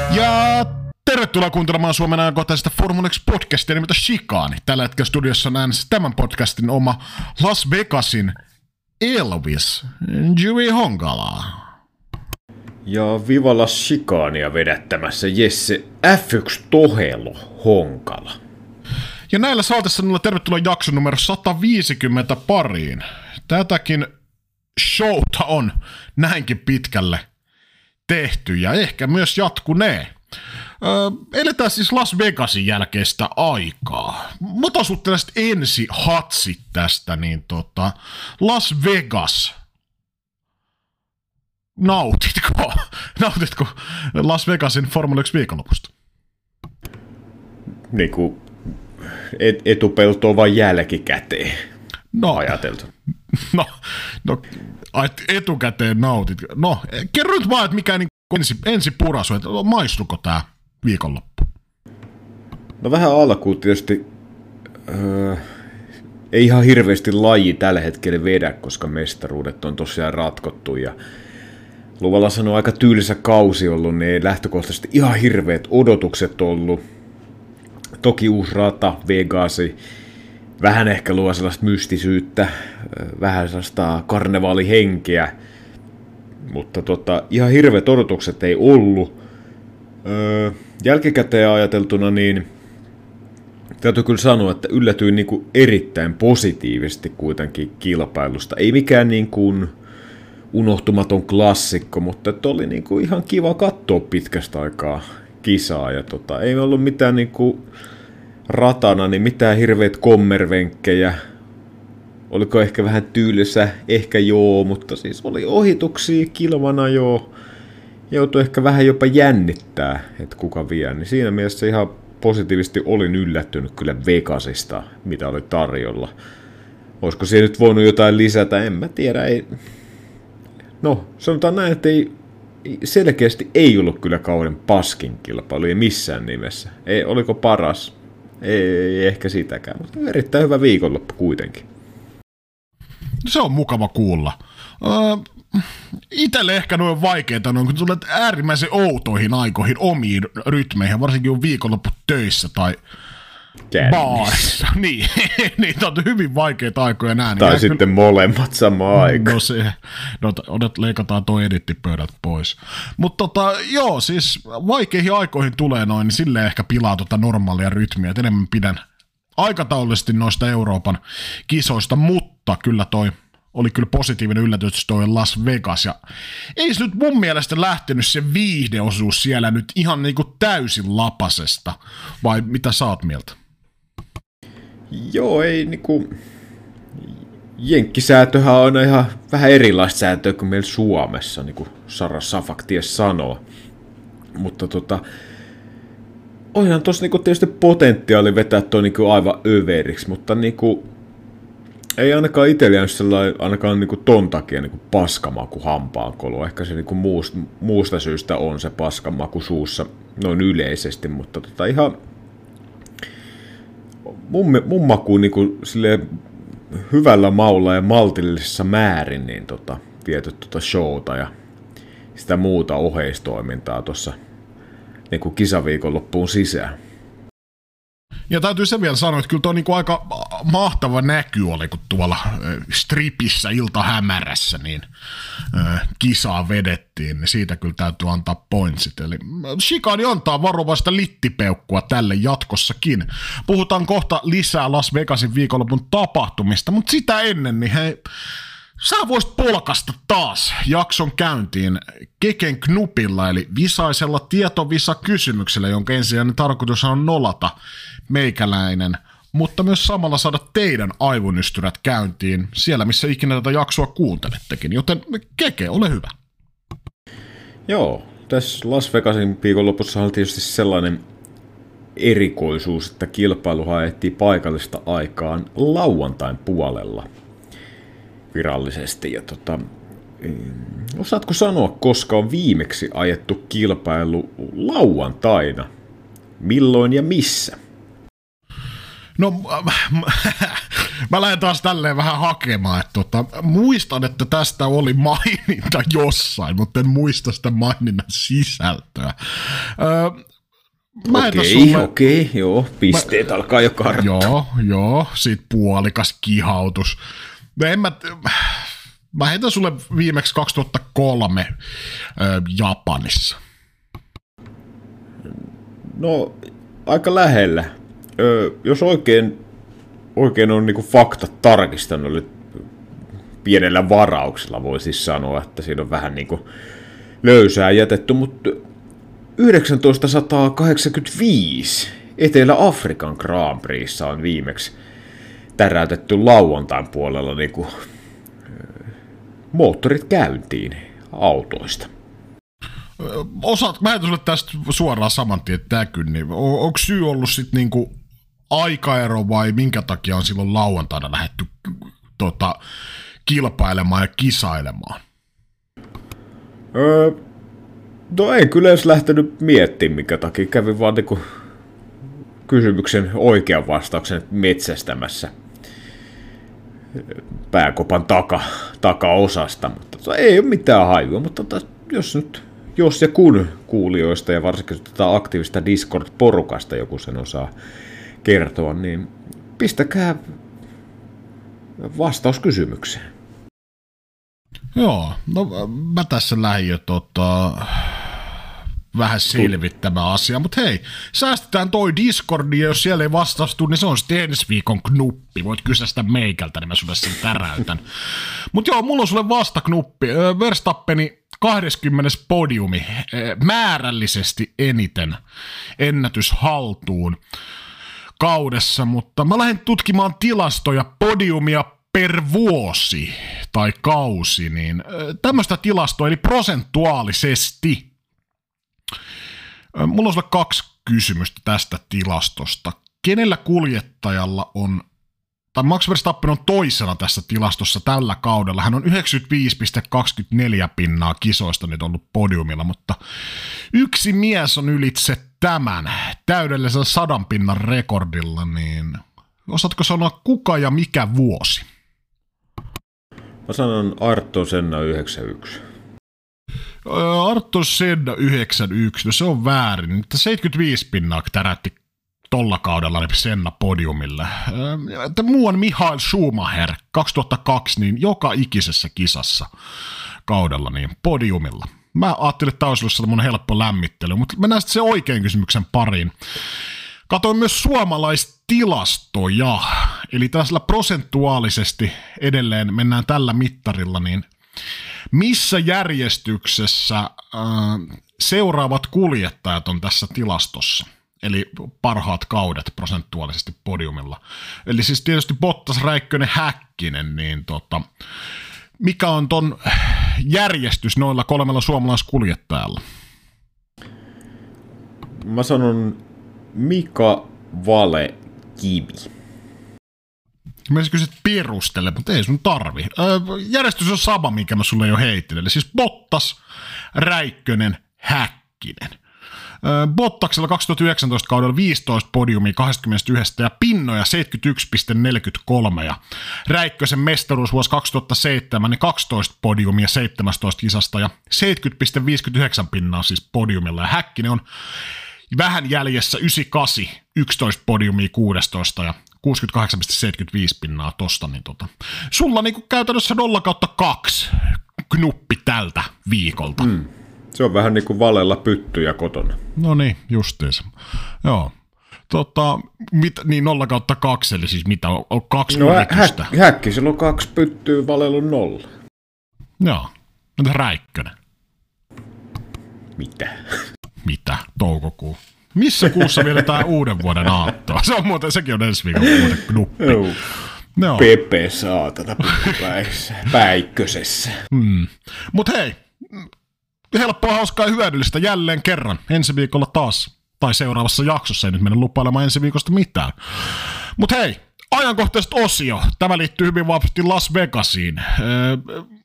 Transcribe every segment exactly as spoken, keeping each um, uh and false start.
Ja tervetuloa kuuntelemaan Suomen ajankohtaisesta Formula X-podcastia nimeltä Chicane. Tällä hetkellä studiossa on äänessä tämän podcastin oma Las Vegasin Elvis Joey Honkala. Ja Vivalla Chicanea vedättämässä Jesse F yksi Tohelo Honkala. Ja näillä saatesanoilla tervetuloa jakson numero sata viisikymmentä pariin. Tätäkin showta on näinkin pitkälle tehty ja ehkä myös jatkunee. Öö, eletään siis Las Vegasin jälkeistä aikaa. Mä otan sut tällaiset ensi hatsit tästä, niin tota, Las Vegas. Nautitko? Nautitko Las Vegasin Formula yksi viikonlopusta? Niinku et, etupeltoa vaan jälkikäteen no, ajateltu. No, no etukäteen nautit. No, kerro nyt vaan, että mikä niin ensi, ensi purasu, että maistuko tää viikonloppu? No vähän alkuun tietysti öö, ei ihan hirveästi laji tällä hetkellä vedä, koska mestaruudet on tosiaan ratkottu ja luvalla sanoa aika tyylisä kausi ollut, niin ei lähtökohtaisesti ihan hirveät odotukset ollut. Toki uusi rata, Vegasi, vähän ehkä luo sellaista mystisyyttä, vähän sellaista karnevaalihenkeä, mutta tota, ihan hirveät odotukset ei ollut. Öö, jälkikäteen ajateltuna, niin täytyy kyllä sanoa, että yllätyin niin kuin erittäin positiivisesti kuitenkin kilpailusta. Ei mikään niin kuin unohtumaton klassikko, mutta että oli niin kuin ihan kiva katsoa pitkästä aikaa kisaa. Ja tota, ei ollut mitään niin kuin ratana, niin mitään hirveät kommervenkkejä. Oliko ehkä vähän tyylisä? Ehkä joo, mutta siis oli ohituksia kilvana joo. Joutui ehkä vähän jopa jännittää, että kuka vie. Niin siinä mielessä ihan positiivisesti olin yllättynyt kyllä Vegasista, mitä oli tarjolla. Olisiko siihen nyt voinut jotain lisätä? En mä tiedä. Ei. No, sanotaan näin, että ei, selkeästi ei ollut kyllä kauden paskin kilpailu, ei missään nimessä. Ei, oliko paras? Ei, ei ehkä sitäkään, mutta erittäin hyvä viikonloppu kuitenkin. Se on mukava kuulla. Öö, itelle ehkä noin vaikeita, noin, kun tulet äärimmäisen outoihin aikoihin, omiin rytmeihin, varsinkin on viikonloppu töissä tai baarissa. Niin, niitä on hyvin vaikeita aikoja nää. Tai niin sitten kyllä molemmat samaan aikaan. No se, no odet, leikataan toi edittipöydät pois. Mutta tota, joo, siis vaikeihin aikoihin tulee noin, niin silleen ehkä pilaa tota normaalia rytmiä, et enemmän pidän aikataulullisesti noista Euroopan kisoista, mutta kyllä toi oli kyllä positiivinen yllätys toi Las Vegas, ja ei se nyt mun mielestä lähtenyt se viihdeosuus siellä nyt ihan niinku täysin lapasesta, vai mitä sä oot mieltä? Joo, ei niinku jenkkisäätöhän on aina ihan vähän erilaista säätöä kuin meillä Suomessa, niin kuin Sara Safak ties sanoo. Mutta tota, onhan tossa niinku tietysti potentiaali vetää toi niinku aivan överiksi, mutta niinku ei ainakaan itsellä jäänyt sellainen, ainakaan niinku ton takia niinku paskamaku hampaankolo. Ehkä se niinku muusta, muusta syystä on se paskamaku suussa noin yleisesti, mutta tota ihan mun, mun makuun niinku silleen hyvällä maulla ja maltillisessa määrin niin tota, viety tota showta ja sitä muuta oheistoimintaa tuossa niinku kisaviikonloppuun sisään. Ja täytyy se vielä sanoa, että kyllä tuo niinku aika mahtava näky oli, kun tuolla stripissä iltahämärässä niin äh, kisaa vedettiin, niin siitä kyllä täytyy antaa pointsit. Eli Chicane antaa varovaista littipeukkua tälle jatkossakin. Puhutaan kohta lisää Las Vegasin viikonlopun tapahtumista, mutta sitä ennen, niin hei, sä voisit polkasta taas jakson käyntiin Keken Knupilla, eli visaisella tietovisa-kysymyksellä, jonka ensisijainen tarkoitus on nolata meikäläinen, mutta myös samalla saada teidän aivonystyrät käyntiin siellä, missä ikinä tätä jaksoa kuuntelettekin. Joten Keke, ole hyvä. Joo, tässä Las Vegasin viikonlopussa on tietysti sellainen erikoisuus, että kilpailu haettiin paikallista aikaan lauantain puolella virallisesti. Ja tota, osaatko sanoa, koska on viimeksi ajettu kilpailu lauantaina? Milloin ja missä? No, Mä lähden taas tälleen vähän hakemaan, että tota, muistan, että tästä oli maininta jossain, mutta en muista sitä maininnan sisältöä. Öö, okei, sulle... okei, joo, pisteet mä... alkaa jo karttaa. Joo, joo, sit puolikas kihautus. En mä... Mä heitän sulle viimeksi kaksituhattakolme öö, Japanissa. No, aika lähellä. Öö, jos oikein, oikein on niinku faktat tarkistanut, eli pienellä varauksella voi siis sanoa, että siinä on vähän niinku löysää jätetty, mutta yhdeksäntoistasataakahdeksankymmentäviisi Etelä-Afrikan Grand Prixissa on viimeksi täräytetty lauantain puolella niinku moottorit käyntiin autoista. Osaat, mä heitän sulle tästä suoraan saman tien täkyn, niin on, onko syy ollut sitten niinku aikaero vai minkä takia on silloin lauantaina lähdetty tota, kilpailemaan ja kisailemaan? Öö, no ei kyllä edes lähtenyt miettimään, minkä takia kävin vaan niinku kysymyksen oikean vastauksen metsästämässä pääkopan taka, takaosasta, mutta tota, ei ole mitään hajua, mutta tota, jos nyt, jos ja kun kuulijoista ja varsinkin tätä aktiivista Discord-porukasta joku sen osaa kertoa, niin pistäkää vastaus kysymykseen. Joo, no mä tässä lähdin jo tota, vähän selvittämään asiaa, mutta hei, säästetään toi Discordi, ja jos siellä ei vastaustu, niin se on sitten ensi viikon knuppi. Voit kysyä sitä meikältä, niin mä sulle sen täräytän. Mutta joo, mulla on sulle vastaknuppi. Verstappeni kaksikymmentä podiumi, määrällisesti eniten ennätys haltuun kaudessa, mutta mä lähdin tutkimaan tilastoja podiumia per vuosi tai kausi, niin tämmöistä tilastoa, eli prosentuaalisesti. Mulla on sulle kaksi kysymystä tästä tilastosta. Kenellä kuljettajalla on, tai Max Verstappen on toisena tässä tilastossa tällä kaudella. Hän on yhdeksänkymmentäviisi pilkku kaksikymmentäneljä pinnaa kisoista nyt ollut podiumilla, mutta yksi mies on ylitse tämän täydellisellä sadan pinnan rekordilla, niin osaatko sanoa kuka ja mikä vuosi? Mä sanon Arto Senna yhdeksänkymmentäyksi. Arto Senna yhdeksänkymmentäyksi, no se on väärin. Nyt seitsemänkymmentäviisi pinnaa tärätti tolla kaudella niin Senna podiumille. Muu on Michael Schumacher kaksituhattakaksi, niin joka ikisessä kisassa kaudella niin podiumilla. Mä ajattelin, että tämä olisi ollut semmoinen helppo lämmittely, mutta mennään sitten se oikein kysymyksen pariin. Katoin myös suomalaistilastoja, eli tällaisella prosentuaalisesti edelleen mennään tällä mittarilla, niin missä järjestyksessä äh, seuraavat kuljettajat on tässä tilastossa? Eli parhaat kaudet prosentuaalisesti podiumilla. Eli siis tietysti Bottas, Räikkönen, Häkkinen, niin tota, mikä on ton järjestys noilla kolmella suomalaiskuljettajalla? Mä sanon Mika Vale Kivi. Mä siis kysyt perustele, mutta ei sun tarvi. Öö, järjestys on sama, minkä mä sulle jo heitin. Eli siis Bottas, Räikkönen, Häkkinen. Öö, Bottaksella kaksituhattayhdeksäntoista kaudella viisitoista podiumia kaksikymmentäyksi ja pinnoja seitsemänkymmentäyksi pilkku neljäkymmentäkolme. Ja Räikkösen mestaruus vuosi kaksituhattaseitsemän niin kaksitoista podiumia seitsemäntoista kisasta ja seitsemänkymmentä pilkku viisikymmentäyhdeksän pinnaa siis podiumilla. Ja Häkkinen on vähän jäljessä yhdeksänkymmentäkahdeksan, yksitoista podiumia kuusitoista ja kuusikymmentäkahdeksan pilkku seitsemänkymmentäviisi pinnaa tosta, niin tota, sulla niinku käytännössä nolla kautta kaksi knuppi tältä viikolta. Mm. Se on vähän niin kuin Valella pyttyjä kotona. No niin, justiinsa. Joo. Tota, mit, niin nolla kautta kaksi, eli siis mitä on, on kaksi no, yritystä. Hä, häkki, sillä on kaksi pyttyä, Valella on nolla. Joo. Entä Räikkönen? Mitä? Mitä? Toukokuu. Missä kuussa vietetään uuden vuoden aattoa? Se on muuten, sekin on ensi viikon muuten knuppi. Joo. No. Pepe saatana päikkösessä. Hmm. Mut hei, helppoa, hauskaa ja hyödyllistä jälleen kerran. Ensi viikolla taas, tai seuraavassa jaksossa, ei nyt mennä lupailemaan ensi viikosta mitään. Mut hei, ajankohtaiset osio. Tämä liittyy hyvin vahvasti Las Vegasiin. Öö,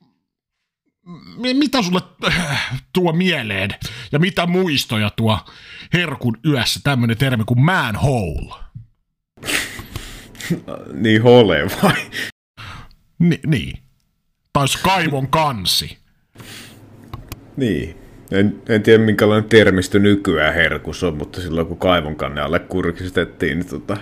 mitä sulle tuo mieleen ja mitä muistoja tuo herkun yössä tämmöinen termi kuin manhole? Niin hole vai? Ni, niin. Taisi kaivon kansi. Niin. En, en tiedä minkälainen termistö nykyään herkus on, mutta silloin kun kaivon kanne alle kurkistettiin, niin tota...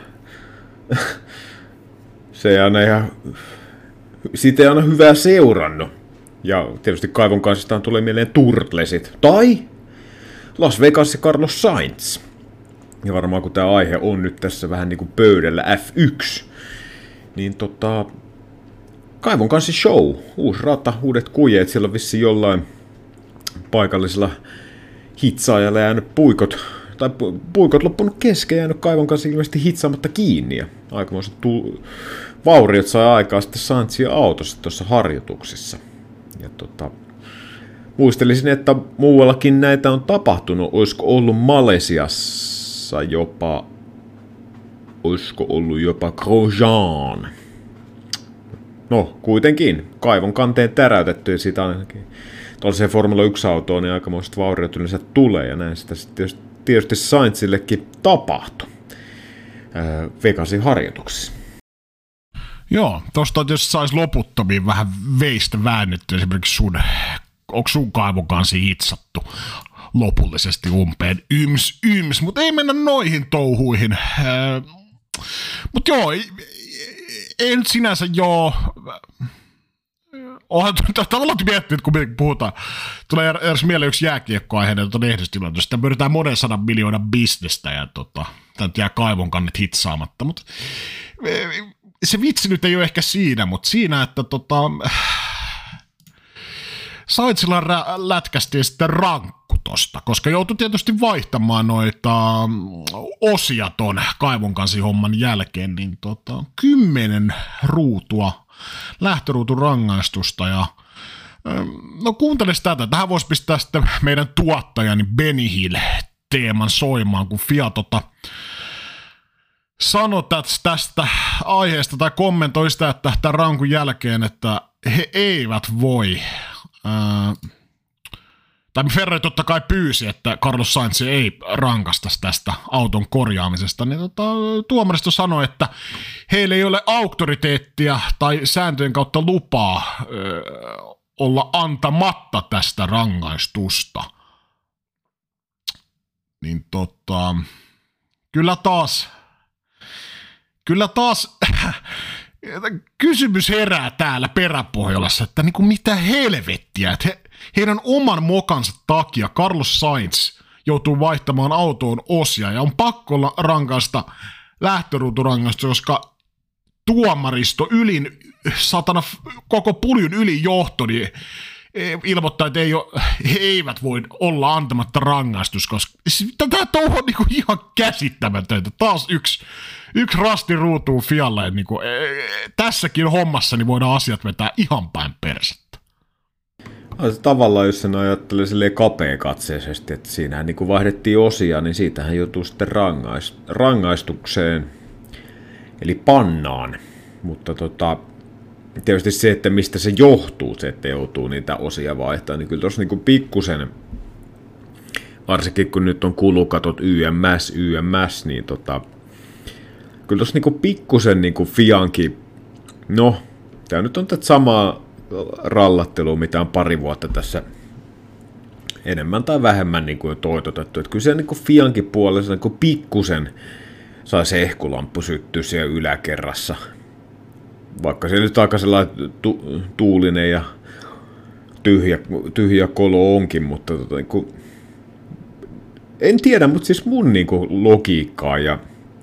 se ei aina ihan... Siitä ei aina hyvää seurannut. Ja tietysti kaivon kansistaan tulee mieleen Turtlesit. Tai Las Vegas ja Carlos Sainz. Ja varmaan kun tämä aihe on nyt tässä vähän niin kuin pöydällä F yksi, niin tota... Kaivon kansi show. Uusi rata, uudet kujeet. Siellä on vissiin jollain paikallisella hitsaajalla jäänyt puikot, tai puikot loppunut kesken, jäänyt kaivon kanssa ilmeisesti hitsaamatta kiinni. Ja aikamoiset tu- vauriot sai aikaa sitten Sainzin autossa tuossa harjoituksissa. Ja tota, muistelisin, että muuallakin näitä on tapahtunut. Olisiko ollut Malesiassa jopa, olisiko ollut jopa Grosjean. No, kuitenkin. Kaivon kanteen täräytetty, ja siitä ainakin tuollaiseen Formula yksi-autoon niin aikamoiset vauriot yleensä tulee, ja näin sitä sitten tietysti, tietysti Sainzillekin tapahtui öö, Vegasin harjoituksissa. Joo, tuosta jos saisi loputtomiin vähän veistä väännetty, esimerkiksi sun, onko sun kaivon kanssa hitsattu lopullisesti umpeen, yms, yms, mutta ei mennä noihin touhuihin. Öö, mutta joo, ei, ei nyt sinänsä joo. Onhan tavallaan miettinyt, kun me puhutaan, tulee edes mieleen yksi jääkiekkoaiheinen tuota ehdistilanteesta, sitä pyritään monen sadan miljoonan bisnestä ja tota, tämä jää kaivon kannet hitsaamatta, mutta se vitsi nyt ei ole ehkä siinä, mutta siinä, että tota, Sainzilla lätkästiin sitten rankku tosta, koska joutui tietysti vaihtamaan noita osia ton kaivon kansi homman jälkeen, niin tota, kymmenen ruutua lähtöruutun rangaistusta ja no kuunteles tätä, tähän voisi pistää sitten meidän tuottajani Benny Hill teeman soimaan, kun Fiat tota, sanoi tästä aiheesta tai kommentoi sitä, että tämän rankun jälkeen, että he eivät voi ää, tai Ferrari totta kai pyysi, että Carlos Sainz ei rankasta tästä auton korjaamisesta, niin tota, tuomaristo sanoi, että heillä ei ole auktoriteettia tai sääntöjen kautta lupaa ö, olla antamatta tästä rangaistusta. Niin tota, kyllä taas, kyllä taas kysymys herää täällä Peräpohjolassa, että niin kuin mitä helvettiä, että he, heidän oman mokansa takia Carlos Sainz joutuu vaihtamaan autoon osia ja on pakko rankaista lähtöruuturangaistus, koska tuomaristo ylin, satana koko puljun ylin johto, niin ilmoittaa, että ei ole, he eivät voi olla antamatta rangaistus, koska tämä touhu on niinku ihan käsittämätöntä. Taas yksi, yksi rasti ruutuun Fialle, että niinku, e, tässäkin hommassa niin voidaan asiat vetää ihan päin persettä. Tavallaan, jos sen ajattelee silleen kapeakatseisesti, että siinähän niin vaihdettiin osia, niin siitähän joutuu sitten rangais, rangaistukseen, eli pannaan. Mutta tota, tietysti se, että mistä se johtuu, se, että joutuu niitä osia vaihtaa, niin kyllä tuossa niin pikkusen, varsinkin kun nyt on kulukatot Y M S, Y M S, niin tota, kyllä tuossa niin pikkusen niin Fiankin, no, tämä nyt on tätä samaa rallattelua, mitä on pari vuotta tässä enemmän tai vähemmän niin kuin toitotettu. Että kyllä se niin kuin Fiankin puolella niin kuin pikkusen sai se ehkulamppu syttyä siellä yläkerrassa. Vaikka se nyt aika sellainen tu- tuulinen ja tyhjä, tyhjä kolo onkin, mutta tota, niin kuin, en tiedä, mutta siis mun niin kuin logiikkaa ja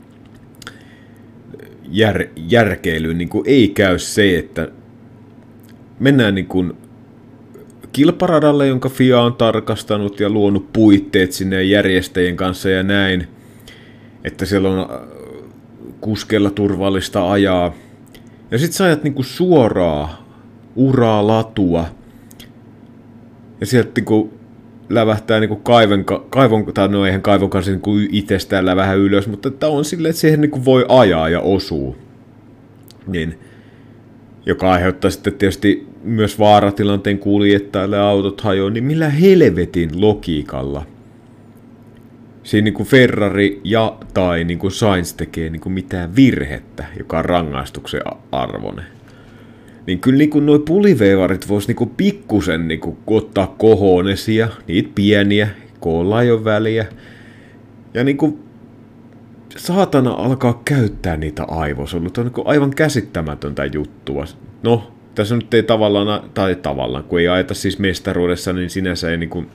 jär, järkeilyyn niin kuin ei käy se, että mennään niin kuin kilparadalle, jonka F I A on tarkastanut ja luonut puitteet sinne järjestäjien kanssa ja näin, että siellä on kuskeilla turvallista ajaa. Ja sit sä ajat niin kuin suoraa uraa latua ja sieltä niin kuin lävähtää niin kuin kaiven, kaivon, tai no eihän kaivon kanssa niin kuin itsestään lävähä ylös, mutta että on silleen, että siihen niin kuin voi ajaa ja osuu. Niin, joka aiheuttaa sitten tietysti myös vaaratilanteen kuljettajille autot hajoon, niin millä helvetin logiikalla siinä niin kuin Ferrari ja tai niin kuin Sainz tekee niin kuin mitään virhettä, joka on rangaistuksen arvoinen. Niin kyllä niin kuin nuo puliveivarit vois niin kuin pikkusen niin kuin ottaa kohonesia, niitä pieniä, koolla ei ole väliä. Ja niin kuin saatana alkaa käyttää niitä aivosolua. Tämä on niin aivan käsittämätöntä juttua. No, tässä nyt ei tavallaan, tai tavallaan, kun ei ajeta siis mestaruudessa, niin sinänsä ei niin kuin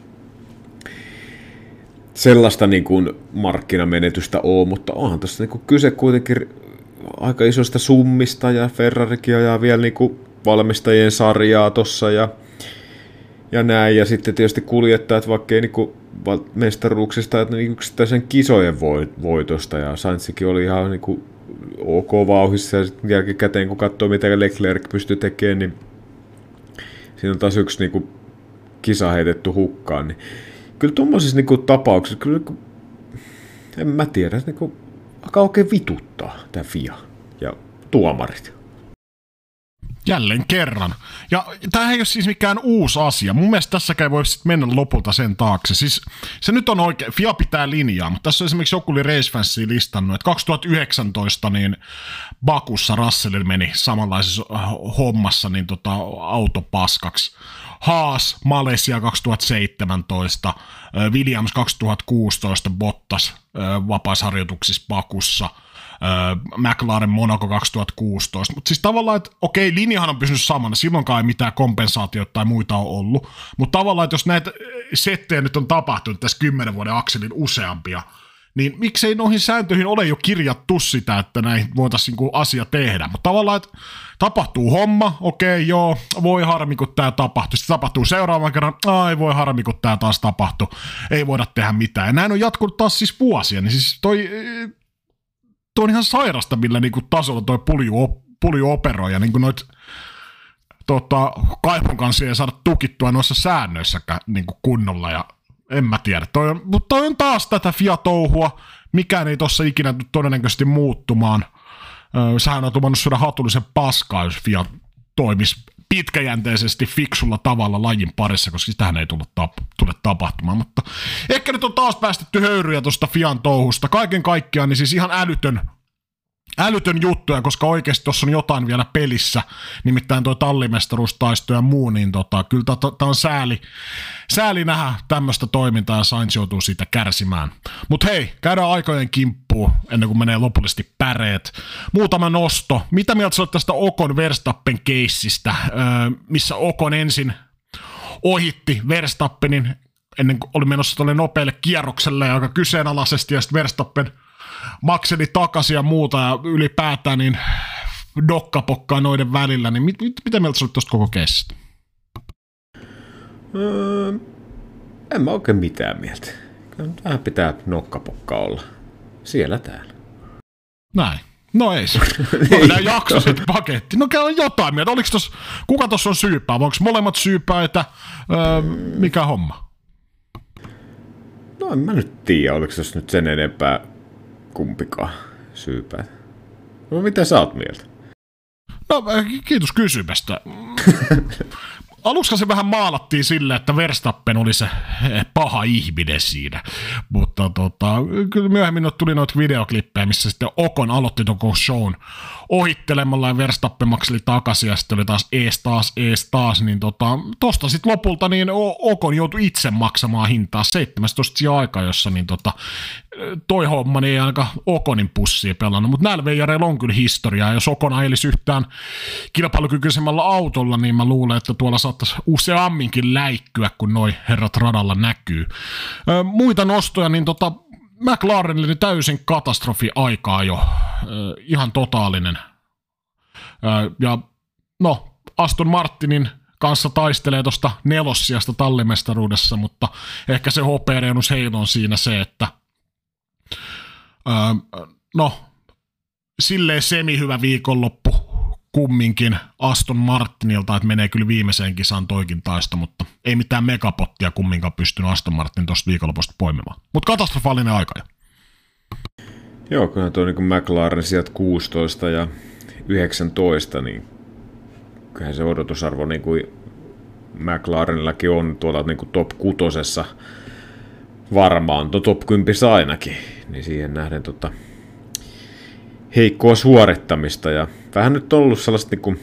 sellaista niin kuin markkinamenetystä ole, mutta onhan tässä niin kuin kyse kuitenkin aika isoista summista, ja Ferrarikin ajaa vielä niin kuin valmistajien sarjaa tossa, ja, ja näin, ja sitten tietysti kuljettajat, vaikka ei niin kuin mestaruuksista, että niin yksittäisen kisojen voitosta, ja Sainzikin oli ihan niin kuin ok vauhissa, ja sitten jälkikäteen, kun katsoo, mitä Leclerc pystyi tekemään, niin siinä on taas yksi niin kuin kisa heitetty hukkaan, niin kyllä tuommoisissa niin kuin tapauksissa, kyllä niin kuin, en mä tiedä, niin kuin, alkaa oikein vituttaa tämä F I A ja tuomarit. Jälleen kerran. Ja tämä ei ole siis mikään uusi asia. Mun mielestä tässäkään ei voi sitten mennä lopulta sen taakse. Siis se nyt on oikein, F I A pitää linjaa, mutta tässä on esimerkiksi joku oli Race Fansia listannut, että kaksituhattayhdeksäntoista niin Bakussa Russellilla meni samanlaisessa hommassa niin tota, autopaskaksi. Haas, Malesia kaksituhattaseitsemäntoista, Williams kaksituhattakuusitoista, Bottas vapaisharjoituksissa Bakussa, McLaren Monaco kaksituhattakuusitoista, mutta siis tavallaan, että okei, linjahan on pysynyt samana, silloinkaan ei mitään kompensaatioita tai muita on ollut, mutta tavallaan, että jos näitä settejä nyt on tapahtunut tässä kymmenen vuoden akselin useampia, niin miksei noihin sääntöihin ole jo kirjattu sitä, että näin voitaisiin niin asia tehdä, mutta tavallaan, että tapahtuu homma, okei, joo, voi harmi, kun tämä tapahtuu, sitten tapahtuu seuraavan kerran, ai voi harmi, kun tämä taas tapahtuu, ei voida tehdä mitään, ja näin on jatkunut taas siis vuosia, niin siis toi Tuo on ihan sairasta, millä niinku tasolla toi pulju, pulju operoi, ja niinku noit tota, kaivon kanssa ei saada tukittua noissa säännöissäkään niinku kunnolla, ja en mä tiedä. Toi on, mutta toi on taas tätä F I A-touhua, mikään ei tossa ikinä todennäköisesti muuttumaan. Öö, sähän on tuvannut syödä hatullisen paskaa, jos F I A toimisi pitkäjänteisesti fiksulla tavalla lajin parissa, koska sitähän ei tule, tap- tule tapahtumaan, mutta ehkä nyt on taas päästetty höyryjä tuosta F I An touhusta. Kaiken kaikkiaan niin siis ihan älytön, älytön juttuja, koska oikeasti tuossa on jotain vielä pelissä, nimittäin tuo tallimestaruustaisto ja muu, niin tota, kyllä tämä on sääli, sääli nähdä tämmöistä toimintaa ja Sainz joutuu siitä kärsimään. Mutta hei, käydään aikojen kimppuun ennen kuin menee lopullisesti päreet. Muutama nosto. Mitä mieltä sä olet tästä Ocon Verstappen-keissistä, öö, missä Ocon ensin ohitti Verstappenin ennen kuin oli menossa tuolle nopealle kierrokselle ja aika kyseenalaisesti, ja sitten Verstappen makseli takaisin ja muuta, ja ylipäätään niin dokkapokkaa noiden välillä, niin mit, mit, mitä mieltä sä olet tuosta koko keissistä? Öö, en mä oikein mitään mieltä. Vähän pitää nokkapokkaa olla. Siellä täällä. Näin. No ei se. No pitää jakso sitten paketti. No käy jotain mieltä. Oliko tos, kuka tuossa on syypää? Onko molemmat syypäitä? Öö, mikä homma? No en mä nyt tiedä, oliko tuossa nyt sen enempää kumpikaan syypää. No mitä sä oot mieltä? No kiitos kysymästä. Aluksi se vähän maalattiin sille, että Verstappen oli se paha ihminen siinä, mutta tota, kyllä myöhemmin tuli noita videoklippejä, missä sitten Ocon aloitti tuon shown ohittelemalla ja Verstappen makseli takaisin ja sitten oli taas ees taas, ees taas, niin tota, tosta sitten lopulta niin Ocon joutui itse maksamaan hintaa seitsemäntoista sijaa aikaa, jossa niin tota, toi homma niin ei ainakaan Oconin pussiin pelannut, mutta näillä veijareilla on kyllä historiaa, jos Ocon ajelisi yhtään kilpailukykyisemmällä autolla, niin mä luulen, että tuolla saattaisi useamminkin läikkyä, kun noi herrat radalla näkyy. Ö, muita nostoja, niin tota, McLarenille täysin katastrofi aikaa jo, ö, ihan totaalinen. Ö, ja no, Aston Martinin kanssa taistelee tuosta nelossijasta tallimestaruudessa, mutta ehkä se hopeareunus heillä on siinä se, että ö, no, silleen semi-hyvä viikonloppu kumminkin Aston Martinilta, että menee kyllä viimeiseen kisaan toikin taisto, mutta ei mitään megapottia kumminkaan pystynyt Aston Martin tuosta viikonlopusta poimimaan. Mutta katastrofaalinen aika jo. Joo, kyllä tuo niin McLaren sieltä kuusitoista ja yhdeksäntoista, niin kyllähän se odotusarvo niin kuin McLarenillakin on tuolla niin kuin top kutosessa varmaan, no top kymmenen ainakin, niin siihen nähden tota, heikkoa suorittamista, ja vähän nyt on ollut sellaista niin kuin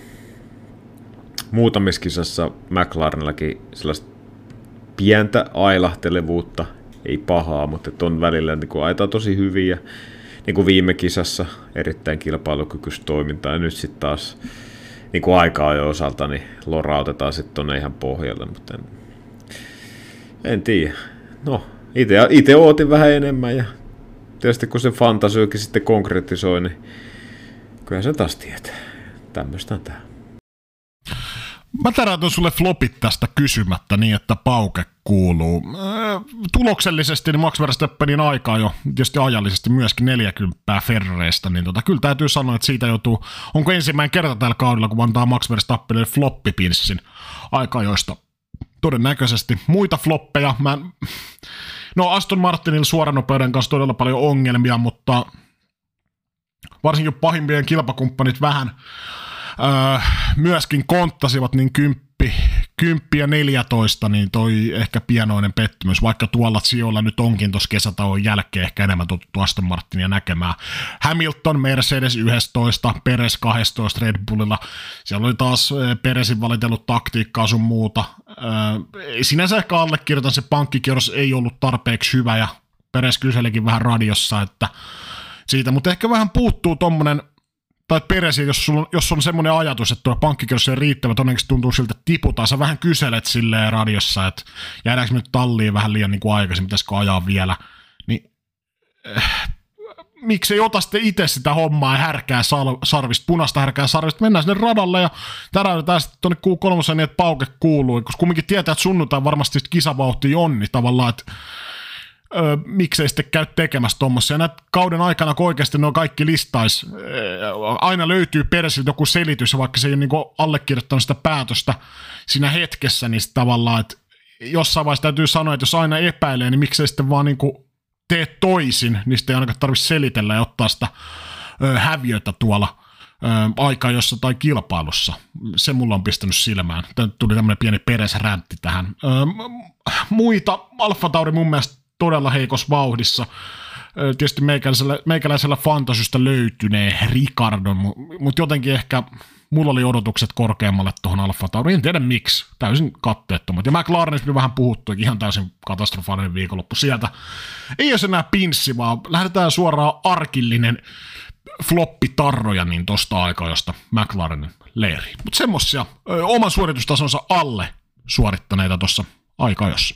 muutamissa kisassa McLarenillakin sellaista pientä ailahtelevuutta, ei pahaa, mutta on välillä niin kuin aitaa tosi hyviä, niin kuin viime kisassa erittäin kilpailukykyistä toimintaa, ja nyt sitten taas niin kuin aikaa jo osalta, niin lorautetaan sitten tuonne ihan pohjalle, mutta en, en tiedä. No, itse ootin vähän enemmän, ja tietysti kun se fantasyökin sitten konkretisoi, niin kyllä se taas tietää. Tämmöistä on tää. Mä täräytän sulle flopit tästä kysymättä niin, että pauke kuuluu. Tuloksellisesti niin Max Verstappenin aikaa jo, tietysti ajallisesti myöskin neljäkymmentä Ferrareista, niin tota, kyllä täytyy sanoa, että siitä joutuu, onko ensimmäinen kerta tällä kaudella, kun antaa Max Verstappenille floppipinssin aikajoista. Todennäköisesti muita floppeja. Mä, no Aston Martinilla suoranopeuden kanssa todella paljon ongelmia, mutta varsinkin pahimpien kilpakumppanit vähän öö, myöskin konttasivat, niin kymppi, kymppi ja neljätoista, niin toi ehkä pienoinen pettymys, vaikka tuolla sijoilla nyt onkin tuossa kesätauon jälkeen ehkä enemmän totuttu Aston Martinia näkemään. Hamilton, Mercedes yksitoista, Perez kaksitoista Red Bullilla, siellä oli taas Perezin valitellut taktiikkaa sun muuta. Öö, sinänsä ehkä allekirjoitan, se pankkikierros ei ollut tarpeeksi hyvä, ja Perez kyselikin vähän radiossa, että siitä, mutta ehkä vähän puuttuu tommonen, tai Perezi, jos, sulla, jos on semmoinen ajatus, että tuo pankkikierros ei riittävä, todennäköisesti tuntuu siltä, että tiputaan. Sä vähän kyselet silleen radiossa, että jäädäänkö me nyt talliin vähän liian niin kuin aikaisin, pitäisikö ajaa vielä. Niin, äh, miksei ota sitten itse sitä hommaa ja härkää sal- sarvista, punaista härkää sarvista. Mennään sinne radalle ja täräytetään sitten tuonne Q kolme niin, että pauke kuuluu. Koska kumminkin tietää, että sunnuntai varmasti kisavauhtia on, niin tavallaan, että Öö, miksei sitten käy tekemässä tuommoisia. Ja näitä kauden aikana, kun oikeasti ne on kaikki listais, öö, aina löytyy Peresiltä joku selitys, vaikka se ei ole niin kuin allekirjoittanut sitä päätöstä siinä hetkessä, niin tavallaan, että jossain vaiheessa täytyy sanoa, että jos aina epäilee, niin miksei sitten vaan niin kuin tee toisin, niin sitten ei ainakaan tarvitse selitellä ja ottaa sitä öö, häviötä tuolla öö, aikajossa tai kilpailussa. Se mulla on pistänyt silmään. Tämä tuli tämmöinen pieni Perez-räntti tähän. Öö, muita, Alfa Tauri mun mielestä todella heikossa vauhdissa. Tietysti meikäläisellä, meikäläisellä fantasystä löytynee Ricardon, mutta jotenkin ehkä mulla oli odotukset korkeammalle tuohon Alfa Tauriin. En tiedä miksi, täysin katteettomat. Ja McLarenista vähän puhuttu, ihan täysin katastrofaalinen viikonloppu sieltä. Ei ole enää pinssi, vaan lähdetään suoraan arkillinen floppitarroja niin tosta aikaa, josta McLarenin leiri. Mutta semmosia oman suoritustasonsa alle suorittaneita tuossa aikajossa.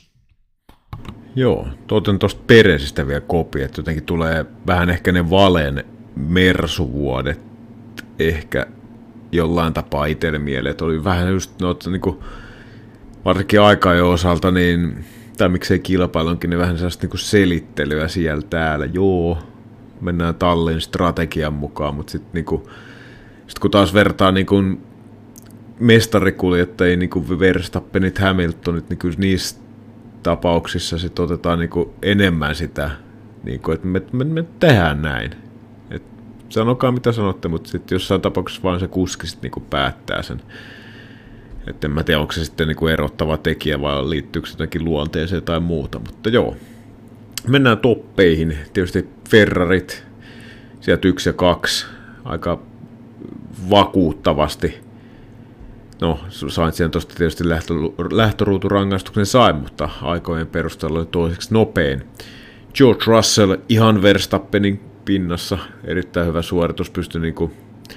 Joo, tuotan tuosta Perezistä vielä kopia, että jotenkin tulee vähän ehkä ne Valen Mersu-vuodet ehkä jollain tapaa itselle mieleen, että oli vähän just noita niinku, varsinkin aikaa jo osalta, niin, tai miksei kilpailunkin, niin vähän sellaista niinku selittelyä siellä täällä, joo, mennään tallin strategian mukaan, mutta sitten niinku, sit kun taas vertaa niinku mestarikuljettajia, niinku Verstappenit, Hamiltonit, niin kyllä niistä tapauksissa sit otetaan niinku enemmän sitä, niinku, että me, me, me tehdään näin. Et sanokaa mitä sanotte, mutta sitten jossain tapauksessa vaan se kuski sit niinku päättää sen. Et en mä tiedä, onko se sitten niinku erottava tekijä vai liittyykö se jotenkin luonteeseen tai muuta, mutta joo. Mennään toppeihin. Tietysti Ferrarit, sieltä yksi ja kaksi, aika vakuuttavasti. No, sain siihen tuosta tietysti lähtöruuturangaistuksen sain, mutta aikojen perusteella oli toiseksi nopein. George Russell ihan Verstappenin pinnassa, erittäin hyvä suoritus, pystyi niinku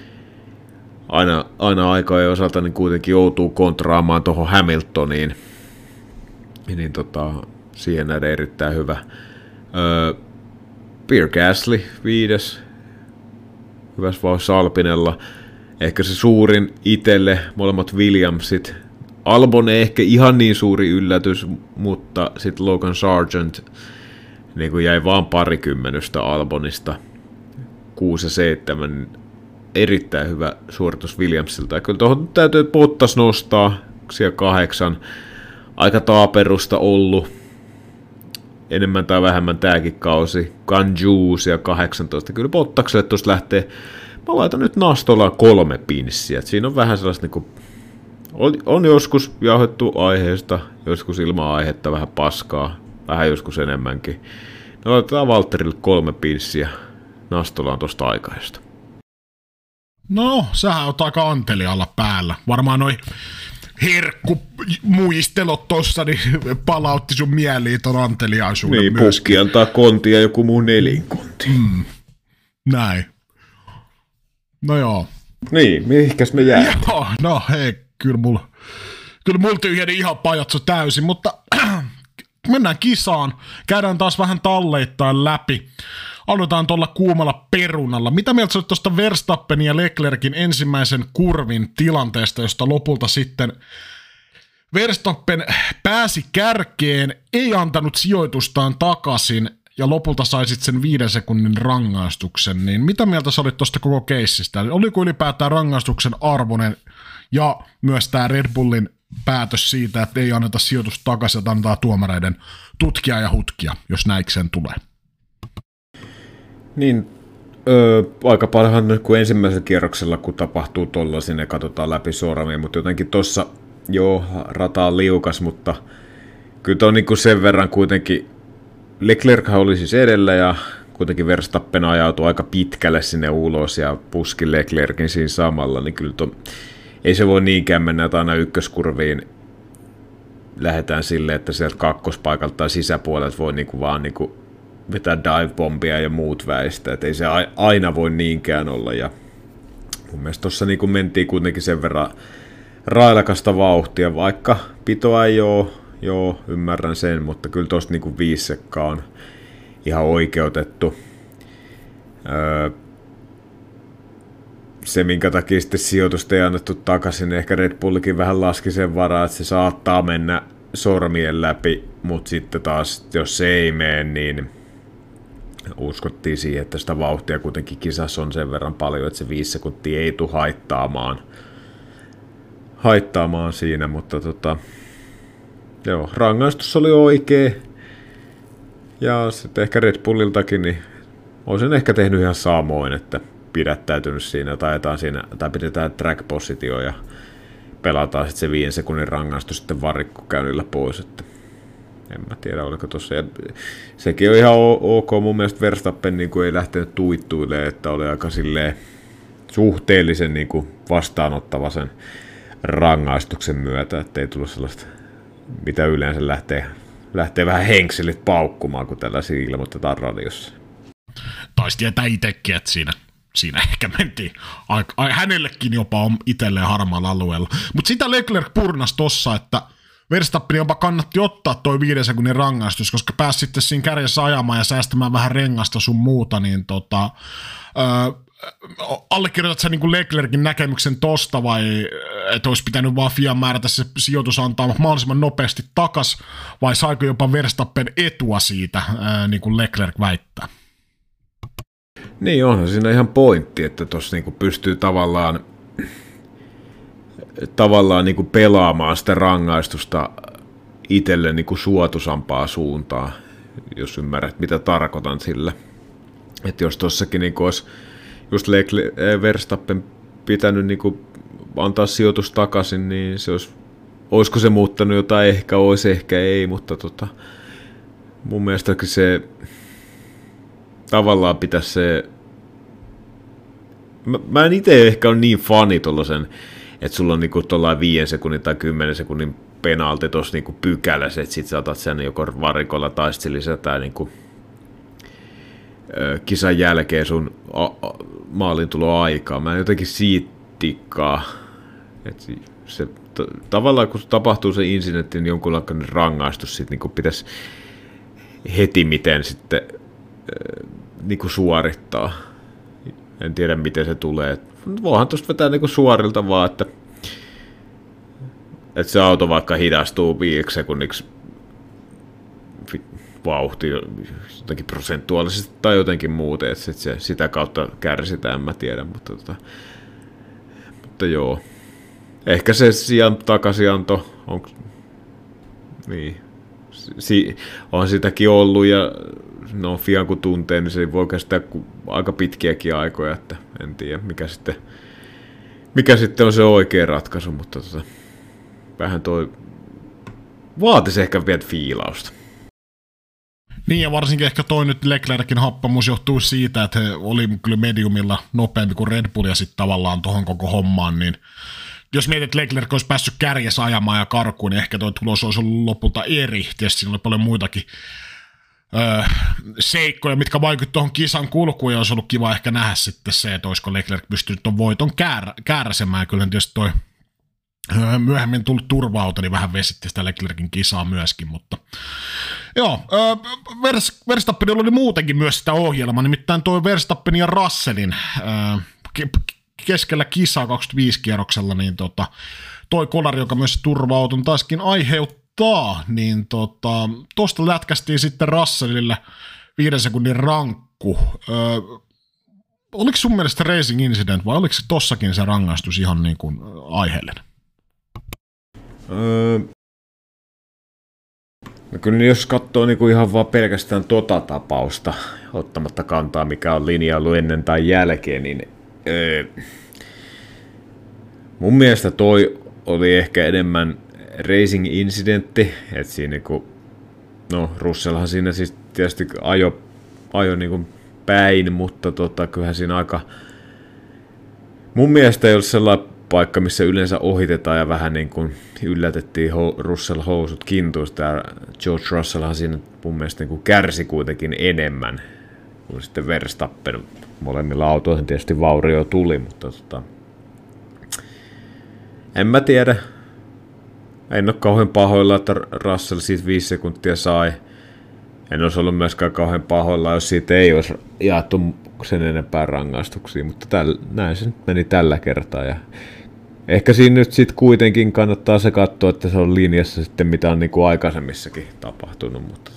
aina, aina aikojen osalta niin kuitenkin joutuu kontraamaan tuohon Hamiltoniin. Niin tota, siihen nähdään erittäin hyvä. Öö, Pierre Gasly viides, hyvässä vauhdissa Alpinella. Ehkä se suurin itselle, molemmat Williamsit. Albon ei ehkä ihan niin suuri yllätys, mutta sitten Logan Sargent niin kuin jäi vaan parikymmenystä Albonista. kuusi ja seitsemän. Erittäin hyvä suoritus Williamsilta. Ja kyllä tuohon täytyy Bottas nostaa. Siellä kahdeksan. Aika taaperusta ollut. Enemmän tai vähemmän tämäkin kausi. Ganju siellä kahdeksantoista. Kyllä Bottakselle tuosta lähtee. Mä laitan nyt nastolla kolme pinssiä. Siinä on vähän sellaista, niin kuin, on, on joskus jauhettu aiheesta, joskus ilman aihetta vähän paskaa. vähän joskus enemmänkin. No otetaan Valtterille kolme pinssiä, Nastola on tosta aikaista. No, sähän oot aika antelialla päällä. Varmaan noi herkkumuistelot tossa niin palautti sun mieliin ton anteliaisuuden niin, myöskin. Pukki antaa konti ja joku muu nelinkonti. Mm, näin. No joo. Niin, mihinkäs me jäämme? Joo, no hei, kyllä mulla kyllä mul tyhjeni ihan pajatso täysin, mutta mennään kisaan. Käydään taas vähän talleittain läpi. Aloitetaan tuolla kuumalla perunalla. Mitä mieltä sä olet tuosta Verstappenin ja Leclerkin ensimmäisen kurvin tilanteesta, josta lopulta sitten Verstappen pääsi kärkeen, ei antanut sijoitustaan takaisin ja lopulta sai sitten sen viiden sekunnin rangaistuksen, niin mitä mieltä sä olit tuosta koko keissistä? Oliko ylipäätään rangaistuksen arvoinen ja myös tämä Red Bullin päätös siitä, että ei anneta sijoitusta takaisin, että antaa tuomareiden tutkia ja hutkia, jos näikseen tulee? Niin, öö, aika paljon kuin ensimmäisellä kierroksella, kun tapahtuu tuolla, sinne katsotaan läpi sormia, mutta jotenkin tuossa joo, rata on liukas, mutta kyllä on niin kuin sen verran kuitenkin, Leclerc oli siis edellä ja kuitenkin Verstappen ajautui aika pitkälle sinne ulos ja puski Leclerkin siinä samalla, niin kyllä to, ei se voi niinkään mennä, että aina ykköskurviin lähdetään silleen, että sieltä kakkospaikalta tai sisäpuolelta voi niinku vaan niinku vetää dive-bombia ja muut väistä, että ei se aina voi niinkään olla, ja mun mielestä tuossa niinku mentiin kuitenkin sen verran railakasta vauhtia, vaikka pitoa ei ole, joo, ymmärrän sen, mutta kyllä tuosta niinku viisi sekkaa on ihan oikeutettu. Öö, se, minkä takia sitten sijoitusta ei annettu takaisin, niin ehkä Red Bullikin vähän laski sen varaa, että se saattaa mennä sormien läpi, mutta sitten taas, jos se ei mene, niin uskottiin siihen, että sitä vauhtia kuitenkin kisassa on sen verran paljon, että se viisi sekuntia ei tule haittaamaan, haittaamaan siinä, mutta tota, joo, rangaistus oli oikea, ja sitten ehkä Red Bulliltakin, niin olisin ehkä tehnyt ihan samoin, että pidättäytynyt siinä, tai, siinä, tai pidetään track-positio ja pelataan sitten se viiden sekunnin rangaistus sitten varikkokäynnillä pois, että en mä tiedä, oliko tossa. Ja sekin on ihan ok, mun mielestä Verstappen niin kuin ei lähtenyt tuittuilemaan, että oli aika silleen suhteellisen niin kuin vastaanottava sen rangaistuksen myötä, ettei tullut sellaista, mitä yleensä lähtee, lähtee vähän henkselit paukkumaan, kun tällaisia ilmoitetaan radiossa. Taisi tietää itsekin, että siinä Siinä ehkä mentiin aika, hänellekin jopa on itselleen harmaalla alueella. Mutta sitä Leclerc purnas tossa, että Verstappen jopa kannatti ottaa toi viiden sekunnin rangaistus, koska pääsi sitten siinä kärjessä ajamaan ja säästämään vähän rengasta sun muuta, niin tota, öö, allekirjoitat sä niin Leclercin näkemyksen tosta vai että olisi pitänyt vaan Fian määrätä se sijoitus antaa mahdollisimman nopeasti takas, vai saiko jopa Verstappen etua siitä, öö, niin kuin Leclerc väittää? Niin onhan siinä ihan pointti, että tuossa niinku pystyy tavallaan, tavallaan niinku pelaamaan sitä rangaistusta itselle niinku suotuisampaa suuntaan, jos ymmärrät mitä tarkoitan sillä. Että jos tuossakin niinku olisi just Leclerc, Verstappen pitänyt niinku antaa sijoitus takaisin, niin se olisi, olisiko se muuttanut jotain, ehkä olisi, ehkä ei, mutta tota, mun mielestäkin se tavallaan pitäisi se, mä, mä en itse ehkä ole niin fani tollasen, että sulla on niinku tollain viiden sekunnin tai kymmenen sekunnin penalti tossa niinku pykälässä, että sit sä otat sen joko varikolla tai sitten lisätään niinku ö, kisan jälkeen sun a, a, maalintuloaikaa. Mä en jotenkin siitä tikkaa, että se t- tavallaan kun tapahtuu se incidentti, niin jonkunlainen rangaistus sit niinku pitäisi heti miten sitten niin kuin suorittaa. En tiedä, miten se tulee. Voihan tuosta vetää niin kuin suorilta vaan, että, että se auto vaikka hidastuu viideksi sekunniksi vauhti jotenkin prosentuaalisesti tai jotenkin muuten, että se, sitä kautta kärsitään, en mä tiedä, mutta, tota, mutta joo. Ehkä se sijaan takaisinanto on, niin, si, on sitäkin ollut ja no Fian kun tuntee, niin se voi kestää aika pitkiäkin aikoja, että en tiedä mikä sitten, mikä sitten on se oikea ratkaisu, mutta tota, vähän toi vaatisi ehkä vielä fiilausta. Niin, ja varsinkin ehkä toi nyt Leclerkin happamus johtuu siitä, että he oli kyllä mediumilla nopeampi kuin Red Bull ja sitten tavallaan tuohon koko hommaan, niin jos mietit, että Leclerc olisi päässyt kärjessä ajamaan ja karkuun, niin ehkä tuo tulos olisi ollut lopulta eri. Tietysti siinä oli paljon muitakin öö, seikkoja, mitkä vaikutti tuohon kisan kulkuun, ja olisi ollut kiva ehkä nähdä sitten se, että olisiko Leclerc pystynyt tuon voiton käär, kääräsemään, ja kyllä tietysti toi öö, myöhemmin tullut turva-auto, niin vähän vesitti sitä Leclerkin kisaa myöskin, mutta joo, öö, Verstappenilla oli muutenkin myös sitä ohjelmaa, nimittäin tuo Verstappenin ja Russellin öö, keskellä kisaa kaksikymmentäviisi kierroksella, niin tota, toi kolari, joka myös turva-auton taaskin aiheuttaa, niin tota, tuosta lätkästiin sitten Russellille viiden sekunnin rankku. Öö, oliko sun mielestä racing incident vai oliko se tossakin se rangaistus ihan niin kuin aiheellinen? Öö, no kyllä jos katsoo niin kuin ihan vaan pelkästään tota tapausta, ottamatta kantaa mikä on linja ollut ennen tai jälkeen, niin öö, mun mielestä toi oli ehkä enemmän racing incidentti, että siinä niinku, no Russellhan siinä siis tietysti ajo, ajo niinku päin, mutta tota, kyllähän siinä aika, mun mielestä ei ollut sellainen paikka, missä yleensä ohitetaan ja vähän niin kuin yllätettiin ho- Russell housut kintuista ja George Russellhan siinä mun mielestä niin kuin kärsi kuitenkin enemmän kuin sitten Verstappen. Molemmilla autoilla tietysti vaurio tuli, mutta tota, en mä tiedä. En ole kauhean pahoilla, että Russell siitä viisi sekuntia sai. En olisi ollut myöskään kauhean pahoilla, jos siitä ei olisi jaettu sen enempää rangaistuksia, mutta täl, näin se meni tällä kertaa. Ja ehkä siinä nyt sitten kuitenkin kannattaa se katsoa, että se on linjassa sitten mitä on niin kuin aikaisemmissakin tapahtunut, mutta,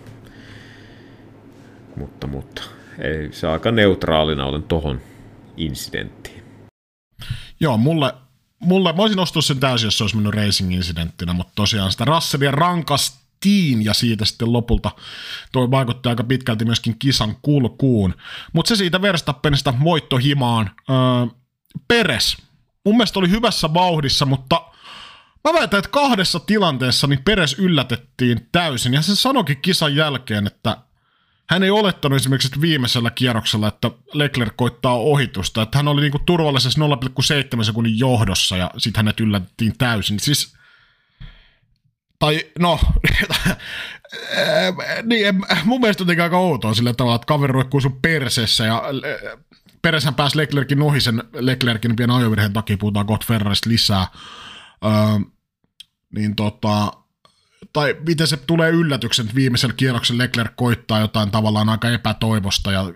mutta, mutta ei se aika neutraalina olen tohon incidenttiin. Joo, mulle, mulle mä olisin ostanut sen täysin, jos se olisi mennyt racing incidenttinä, mutta tosiaan sitä Russellia rankastiin ja siitä sitten lopulta toi vaikutti aika pitkälti myöskin kisan kulkuun. Mutta se siitä Verstappenista voittohimaan. Öö, Peres, mun mielestä oli hyvässä vauhdissa, mutta mä väitän, että kahdessa tilanteessa niin Peres yllätettiin täysin ja se sanoikin kisan jälkeen, että hän ei olettanut esimerkiksi viimeisellä kierroksella, että Leclerc koittaa ohitusta, että hän oli niinku turvallisessa nolla pilkku seitsemän sekunnin johdossa ja sitten hänet yllätettiin täysin. Siis, tai no, niin, mun mielestä on aika outoa sillä tavalla, että kaveri roikkuu sun perseessä ja Pereshän pääsi Leclerkin ohi sen Leclerkin pienen ajovirheen takia, puhutaan kohta Ferrarista lisää, öö, niin tota, tai miten se tulee yllätyksen, että viimeisellä kierroksella Leclerc koittaa jotain tavallaan aika epätoivosta, ja,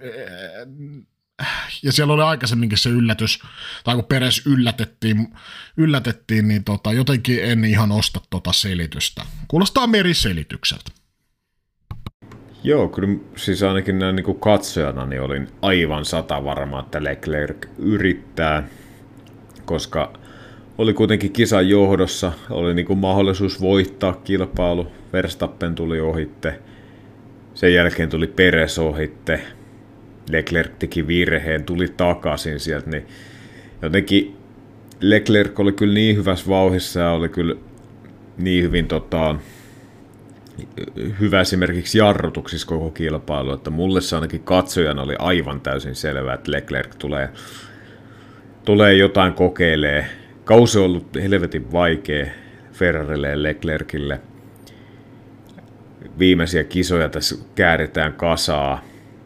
ja siellä oli aikaisemminkin se yllätys, tai kun Peres yllätettiin, yllätettiin niin tota, jotenkin en ihan osta tota selitystä. Kuulostaa meriselitykseltä. Joo, kyllä siis ainakin näin niin kuin katsojana niin olin aivan sata varma, että Leclerc yrittää, koska oli kuitenkin kisan johdossa, oli niin kuin mahdollisuus voittaa kilpailu, Verstappen tuli ohitte, sen jälkeen tuli Perez ohitte, Leclerc teki virheen, tuli takaisin sieltä, niin jotenkin Leclerc oli kyllä niin hyvässä vauhdissa ja oli kyllä niin hyvin tota, hyvä esimerkiksi jarrutuksissa koko kilpailu, että mulle se ainakin katsojana oli aivan täysin selvää, että Leclerc tulee, tulee jotain kokeilee. Kausi on ollut helvetin vaikea Ferrarille ja Leclercille. Viimeisiä kisoja tässä kääritään kasaa.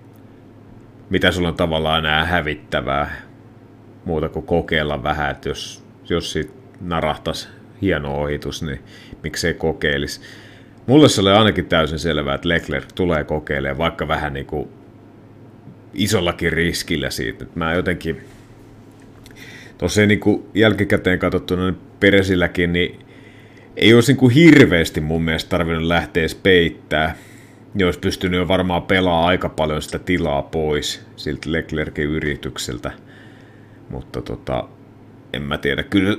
Mitä sulla on tavallaan enää hävittävää? Muuta kuin kokeilla vähän, että jos, jos siitä narahtaisi hieno ohitus, niin miksei kokeilisi. Mulle se oli ainakin täysin selvää, että Leclerc tulee kokeilemaan, vaikka vähän niin kuin isollakin riskillä siitä. Että mä jotenkin, tosiaan niin kuin jälkikäteen katsottuna niin Peresilläkin, niin ei olisi niin kuin hirveästi mun mielestä tarvinnut lähteä edes peittää. Ne olisi pystynyt jo varmaan pelaamaan aika paljon sitä tilaa pois siltä Leclercin yritykseltä. Mutta tota, en mä tiedä, kyllä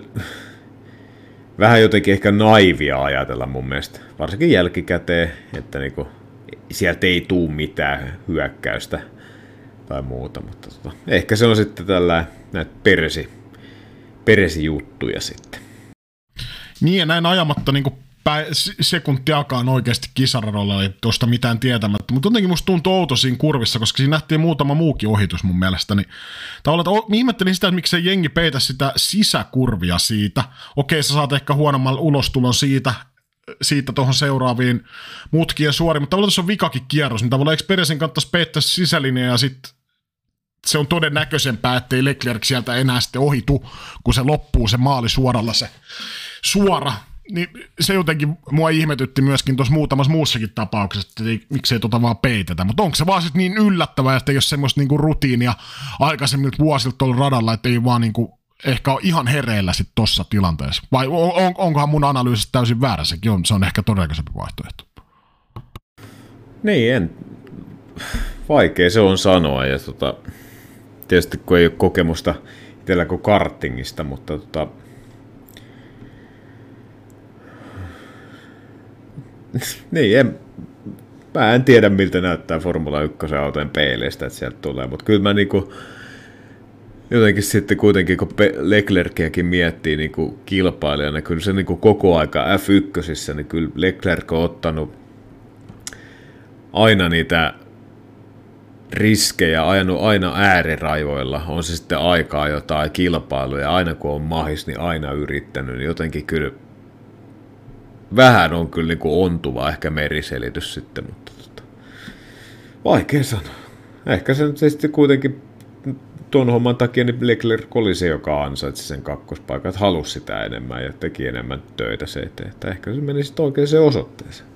vähän jotenkin ehkä naivia ajatella mun mielestä, varsinkin jälkikäteen, että niinku, sieltä ei tuu mitään hyökkäystä tai muuta, mutta tota, ehkä se on sitten tällä näitä peresi, peresijuttuja sitten. Niin ja näin ajamatta niin sekuntiakaan oikeasti kisaradolla, ei tuosta mitään tietämättä, mutta jotenkin musta tuntui outo siinä kurvissa, koska siinä nähtiin muutama muukin ohitus mun mielestä, niin tavallaan, että ihmettelin sitä, että miksei jengi peitä sitä sisäkurvia siitä. Okei, sä saat ehkä huonomman ulostulon siitä, siitä tuohon seuraaviin mutkien suoriin, mutta tavallaan tuossa on vikakin kierros, niin tavallaan eikö Peresin kannattaisi peittää sisälinja ja sitten se on todennäköisempää, ettei Leclerc sieltä enää sitten ohitu, kun se loppuu se maali suoralla se suora. Niin se jotenkin mua ihmetytti myöskin tuossa muutamassa muussakin tapauksessa, että ei, miksei tota vaan peitetä. Mutta onko se vaan sitten niin yllättävää, että ei ole semmoista niinku rutiinia aikaisemmin vuosilta ollut radalla, että ei vaan niinku ehkä ole ihan hereillä sitten tuossa tilanteessa. Vai on, on, onkohan mun analyysistä täysin väärä, sekin on, se on ehkä todennäköisempi vaihtoehto. Niin, en. Vaikea se on sanoa. Ja tota, tietysti kun ei ole kokemusta itsellä kuin kartingista, mutta tota, niin, en, mä en tiedä miltä näyttää Formula yksi autojen peileistä, että sieltä tulee, mutta kyllä mä niinku jotenkin sitten kuitenkin, kun Leclerciäkin miettii niinku kilpailijana, kyllä se niinku koko aika F yksi, niin kyllä Leclerc on ottanut aina niitä riskejä, ajanut aina ääriraivoilla, on se sitten aikaa jotain kilpailuja, aina kun on mahis, niin aina yrittänyt, niin jotenkin kyllä vähän on kyllä niin kuin ontuva ehkä meriselitys sitten, mutta tota, vaikea sanoa. Ehkä se nyt sitten kuitenkin tuon homman takia niin Leclerc oli se, joka ansaitsi sen kakkospaikan, että halusi sitä enemmän ja teki enemmän töitä se eteen, että ehkä se meni sitten oikein se osoitteeseen.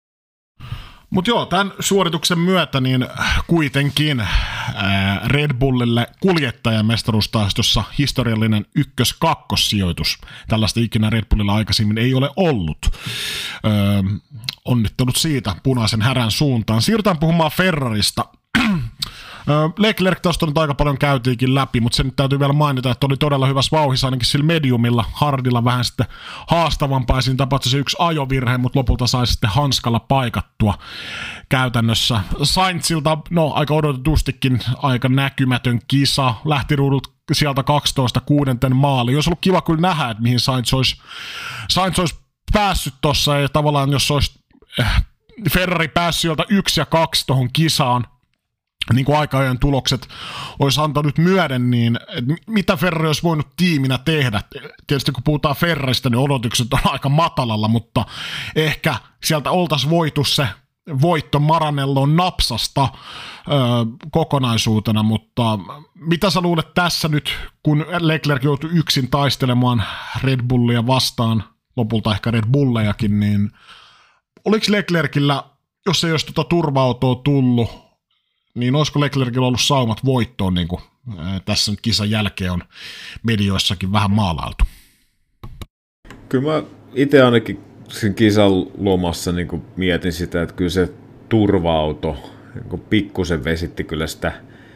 Mutta joo, tämän suorituksen myötä niin kuitenkin ää, Red Bullille kuljettajamestaruustaistossa historiallinen ykkös-kakkossijoitus. Tällaista ikinä Red Bullilla aikaisemmin ei ole ollut. Öö, onnittelut siitä punaisen härän suuntaan. Siirrytään puhumaan Ferrarista. Leclerc tuosta nyt aika paljon käytiinkin läpi, mutta se nyt täytyy vielä mainita, että oli todella hyvässä vauhissa ainakin sillä mediumilla, hardilla vähän sitten haastavampaa. Siinä tapahtui se yksi ajovirhe, mutta lopulta sai sitten hanskalla paikattua käytännössä. Sainzilta, no aika odotetustikin aika näkymätön kisa, lähti ruudulta sieltä kaksitoista kuudenten maali. Jos ollut kiva kyllä nähdä, että mihin Sainz olisi, Sainz olisi päässyt tuossa, ja tavallaan jos olisi Ferrari päässyt sieltä yksi ja kaksi tuohon kisaan, niin kuin aika-ajan tulokset olisi antanut myöden, niin mitä Ferrari olisi voinut tiiminä tehdä? Tietysti kun puhutaan Ferrarista, niin odotukset on aika matalalla, mutta ehkä sieltä oltaisiin voitu se voitto Maranellon napsasta ö, kokonaisuutena, mutta mitä sä luulet tässä nyt, kun Leclerc joutui yksin taistelemaan Red Bullia vastaan, lopulta ehkä Red Bullejakin, niin oliko Leclercillä, jos ei olisi tuota turva-autoa tullut, niin olisiko Leclercillä ollut saumat voittoon, niin kuin tässä nyt kisan jälkeen on medioissakin vähän maalailtu? Kyllä mä itse ainakin sen kisan lomassa niin kuin mietin sitä, että kyllä se turva-auto niin pikkusen vesitti kyllä sitä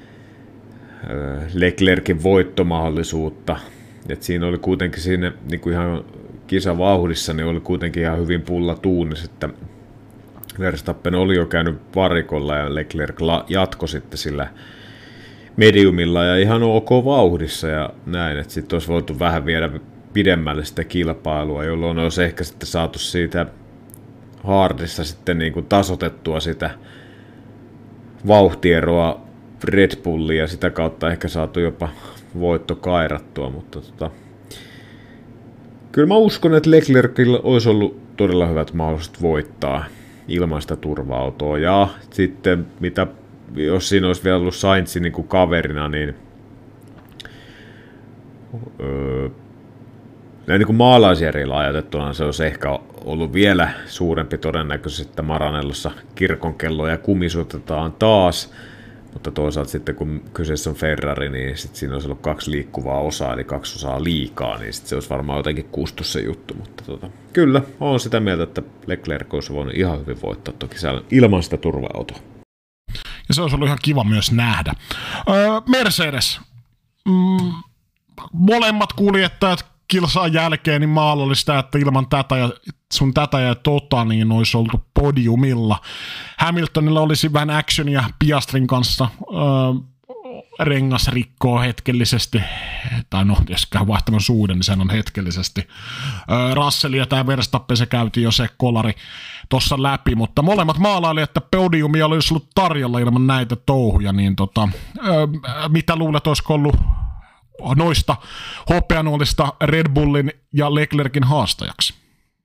Leclercin voittomahdollisuutta. Et siinä oli kuitenkin siinä niin kuin ihan kisavauhdissa, niin oli kuitenkin ihan hyvin pulla tuunis, että Verstappen oli jo käynyt varikolla ja Leclerc jatkoi sitten sillä mediumilla ja ihan ok vauhdissa ja näin, että sitten olisi voitu vähän viedä pidemmälle sitä kilpailua, jolloin olisi ehkä sitten saatu siitä hardissa sitten niin kuin tasoitettua sitä vauhtieroa Red Bullia ja sitä kautta ehkä saatu jopa voitto kairattua, mutta tota, kyllä mä uskon, että Leclercillä olisi ollut todella hyvät mahdollisuudet voittaa ilman sitä turva-autoa. Ja sitten, mitä, jos siinä olisi vielä ollut Sainz niin kuin kaverina, niin, öö, näin niin kuin maalaisjärjellä ajateltuna se olisi ehkä ollut vielä suurempi todennäköisesti, että Maranellossa kirkonkello ja kumisutetaan taas. Mutta toisaalta sitten, kun kyseessä on Ferrari, niin sitten siinä olisi ollut kaksi liikkuvaa osaa, eli kaksi osaa liikaa, niin sitten se olisi varmaan jotenkin kustus se juttu. Mutta tota, kyllä, olen sitä mieltä, että Leclerc olisi voinut ihan hyvin voittaa toki ilman sitä turva-autoa. Ja se olisi ollut ihan kiva myös nähdä. Öö, Mercedes. Mm, molemmat kuljettajat kilsan jälkeen niin mahdollista, että ilman tätä ja sun tätä ja tota niin olisi oltu podiumilla. Hamiltonilla olisi vähän actionia Piastrin kanssa. Öö, rengas rikkoo hetkellisesti, tai no, jos käy vaihtamaan suuden, niin sehän on hetkellisesti. Russell ja tämä Verstappen, se käytiin jo se kolari tuossa läpi, mutta molemmat maalailijat, että podiumia olisi ollut tarjolla ilman näitä touhuja, niin tota, mitä luulet, olisiko ollut noista hopeanuolista Red Bullin ja Leclerkin haastajaksi?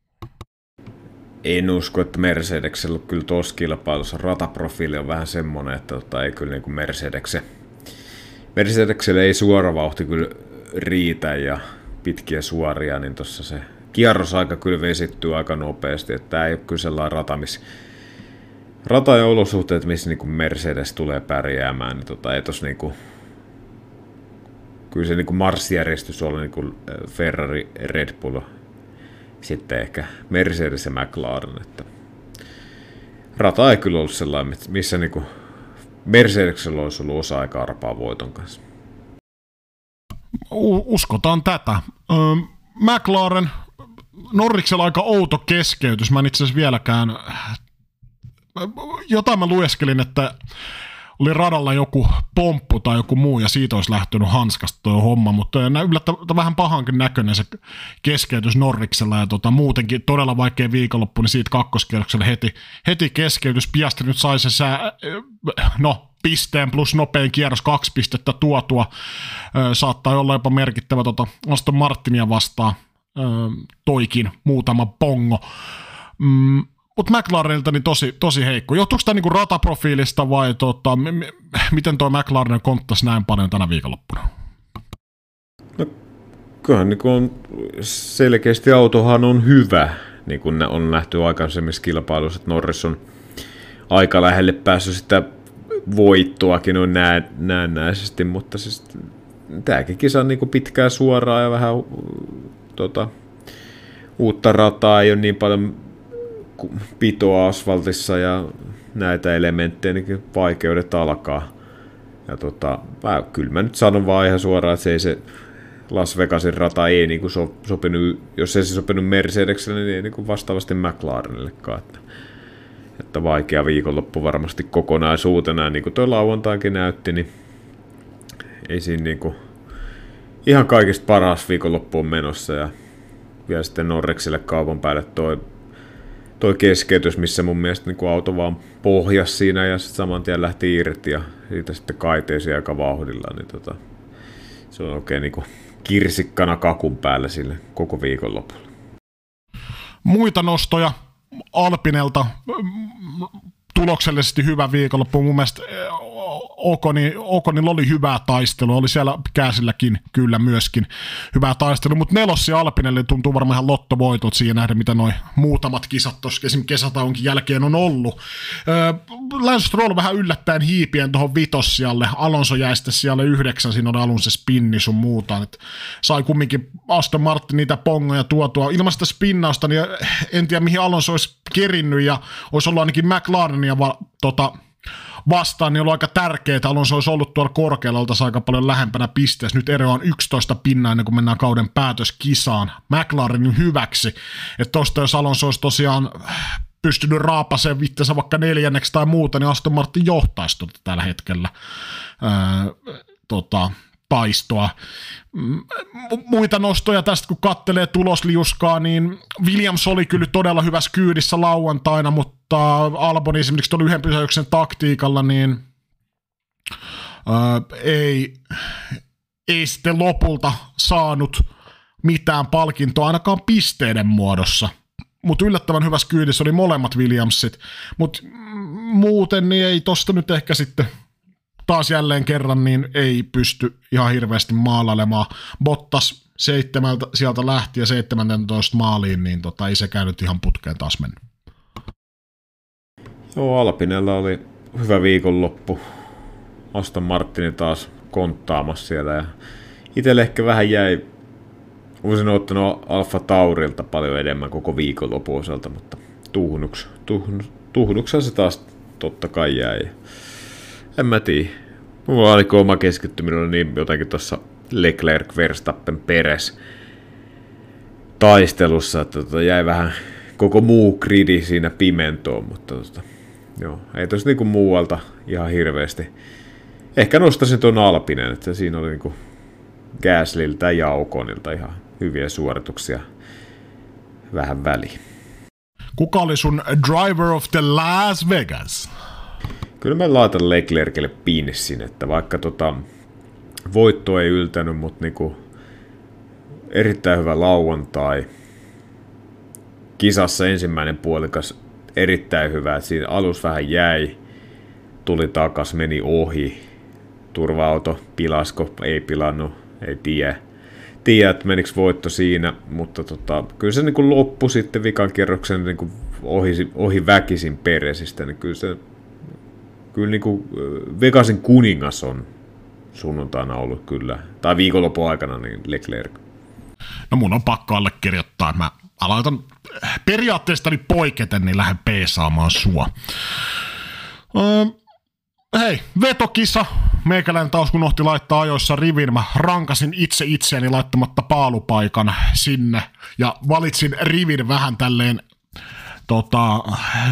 En usko, että Mercedeksellä kyllä tuossa kilpailussa rataprofiili on vähän semmoinen, että tota, ei kyllä niin kuin Mercedeksen Mercedekselle ei suora vauhti kyllä riitä ja pitkiä suoria, niin tuossa se kierrosaika kyllä vesittyy aika nopeasti, että tämä ei ole kyllä sellainen rata, missä rata ja olosuhteet, missä niin Mercedes tulee pärjäämään, niin tota, ei tossa niinku, kyllä se niinku marssijärjestys oli niinku Ferrari, Red Bull, sitten ehkä Mercedes ja McLaren, että rata ei kyllä ollut sellainen, missä niinku Mercedeksellä olisi ollut osa-aikaa arpaa voiton kanssa. Uskotaan tätä. Öö, McLaren, Norriksella aika outo keskeytys. Mä en itse asiassa vieläkään... Jotain mä lueskelin, että oli radalla joku pomppu tai joku muu, ja siitä olisi lähtenyt hanskasta tuo homma, mutta yllättävän vähän pahankin näköinen se keskeytys Norriksella, ja tota, muutenkin todella vaikea viikonloppu, niin siitä kakkoskierroksella heti, heti keskeytys. Piastri nyt sai se sää, no, pisteen plus nopein kierros, kaksi pistettä tuotua, saattaa olla jopa merkittävä tota, Aston Martinia vastaan, toikin muutama pongo. Mm, Mutta McLarenilta niin tosi, tosi heikko. Johtuuko tämä niinku rataprofiilista vai tota, m- m- miten tuo McLaren konttasi näin paljon tänä viikonloppuna? No, kyllähän niin on selkeästi autohan on hyvä, niin kuin on nähty aikaisemmissa kilpailuissa, että Norris on aika lähelle päässyt sitä voittoakin on nää, näennäisesti, mutta siis tämäkin kisa on niin kuin pitkää suoraa ja vähän tota, uutta rataa, ei ole niin paljon pitoa asfaltissa ja näitä elementtejä, niin vaikeudet alkaa. Ja tota, mä, kyllä mä nyt sanon vaan ihan suoraan, että se ei se Las Vegasin rata ei niin kuin so, sopinut, jos ei se sopinut Mercedekselle, niin ei niin kuin vastaavasti McLarenillekaan. Että, että vaikea viikonloppu varmasti kokonaisuutena, ja niin kuin tuo lauantainkin näytti, niin ei siinä niin kuin ihan kaikista paras viikonloppu on menossa, ja vielä sitten Norrikselle kaupan päälle toi toi keskeytys, missä mun mielestä niin auto vaan pohjasi siinä ja sitten saman tien lähti irti ja siitä sitten kaiteisiin aika vauhdilla, niin tota, se on oikein niin kirsikkana kakun päällä sille koko viikonlopulla. Muita nostoja Alpinelta, tuloksellisesti hyvä viikonloppu. Mun mielestä Okoni, Okonilla oli hyvää taistelua, oli siellä käsilläkin kyllä myöskin hyvää taistelua, mutta nelossi Alpinelle tuntuu varmaan ihan lottovoitot siihen nähdä, mitä noin muutamat kisat tuossa esimerkiksi kesätauonkin jälkeen on ollut. Lance Stroll vähän yllättäen hiipien tuohon vitossijalle, Alonso jäi sitten siellä yhdeksän, siinä oli alun se spinni sun muuta, että sai kumminkin Aston Martin niitä pongoja tuotua. Ilman sitä spinnausta, niin en tiedä mihin Alonso olisi kerinnyt ja olisi ollut ainakin McLarenia va- tota, vastaan, niin on aika tärkeää, että Alonso olisi ollut tuolla korkealla, oltaisiin aika paljon lähempänä pisteessä. Nyt ero on yksitoista pinnaa ennen kuin mennään kauden päätöskisaan McLarenin hyväksi. Että tosta jos Alonso olisi tosiaan pystynyt raapasemaan vittensä vaikka neljänneksi tai muuta, niin Aston Martin johtaisi tuota tällä hetkellä öö, tota, taistoa. Muita nostoja tästä, kun kattelee tulosliuskaa, niin Williams oli kyllä todella hyvässä kyydissä lauantaina, mutta Albon esimerkiksi tuon yhden pysäyksen taktiikalla, niin ää, ei, ei sitten lopulta saanut mitään palkintoa, ainakaan pisteiden muodossa. Mutta yllättävän hyvässä kyydissä oli molemmat Williamsit, mutta muuten niin ei tosta nyt ehkä sitten taas jälleen kerran niin ei pysty ihan hirveästi maalailemaan. Bottas seitsemältä sieltä lähti ja seitsemäntoista maaliin, niin tota, ei se käynyt ihan putkeen taas mennyt. Joo, Alpinella oli hyvä viikonloppu. Aston Martini taas konttaamassa siellä. Ja itselle ehkä vähän jäi, olisin ottanut Alfa Taurilta paljon enemmän koko viikonlopun osalta, mutta tuhnuks, tuhn, tuhnuksessa se taas totta kai jäi. En mä tiedä. Mulla oli oma keskittyminen oli niin jotenkin tuossa Leclerc Verstappen Perez taistelussa, että tota jäi vähän koko muu gridi siinä pimentoon, mutta tota, joo, ei tossa niinku muualta ihan hirveästi, Ehkä nostaisin tuon Alpinen, että siinä oli niinku Gaslyltä ja Oconilta ihan hyviä suorituksia vähän väliin. Kuka oli sun driver of the Las Vegas? Kyllä mä laitan Leclercille piinissin, että vaikka tota, voitto ei yltänyt, mutta niinku erittäin hyvä lauantai. Kisassa ensimmäinen puolikas erittäin hyvä, että siinä alus vähän jäi, tuli takas, meni ohi. Turva-auto pilasko, ei pilannut, ei tiedä. Tiedä, että menikö voitto siinä, mutta tota, kyllä se niin loppui sitten vikan kierroksen niin ohi, ohi väkisin peresistä, niin kyllä se kyllä niin kuin Vegasin kuningas on sunnuntaina ollut kyllä, tai viikonlopun aikana niin Leclerc. No mun on pakko allekirjoittaa, mä aloitan periaatteestani poiketen, niin lähden peesaamaan sua. Öö, hei, vetokisa. Meikäläinen taas kun unohti laittaa ajoissa rivin, mä rankasin itse itseäni laittamatta paalupaikan sinne ja valitsin rivin vähän tälleen tota,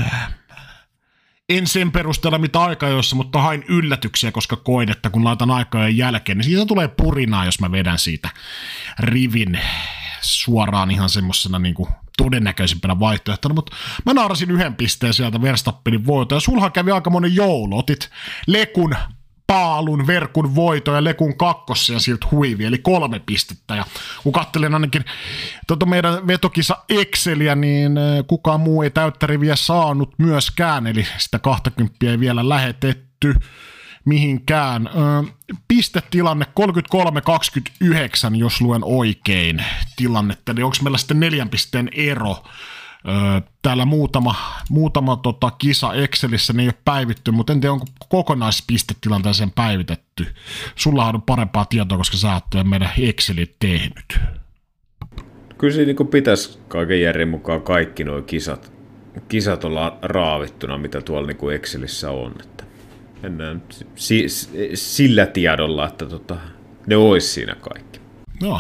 en sen perusteella mitä aikajoissa, mutta hain yllätyksiä, koska koin, että kun laitan aikajojen jälkeen, niin siitä tulee purinaa, jos mä vedän siitä rivin suoraan ihan semmosena niinku todennäköisimpänä vaihtoehtona, mutta mä naarasin yhden pisteen sieltä Verstappenin voito, ja sulhan kävi aika monen joulu, otit Lekun paalun, Verkun voito ja Lekun kakkosia siltä huivi, eli kolme pistettä, ja kun katselin ainakin tuota meidän vetokisa Exceliä, niin kukaan muu ei täyttä riviä saanut myöskään, eli sitä kaksikymmentä ei vielä lähetetty mihinkään. Pistetilanne kolmekymmentäkolme kaksikymmentäyhdeksän, jos luen oikein tilannetta, eli onko meillä sitten neljän pisteen ero? Täällä muutama, muutama tota, kisa Excelissä, ne ei ole päivitty, mutta en tiedä, onko kokonaispistetilanteeseen päivitetty. Sullahan on parempaa tietoa, koska sä oot meidän Excelit tehnyt. Kyllä siinä niin pitäisi kaiken järjen mukaan kaikki nuo kisat, kisat olla raavittuna, mitä tuolla niin Excelissä on. Että mennään si, sillä tiedolla, että tota, ne olisi siinä kaikki. No,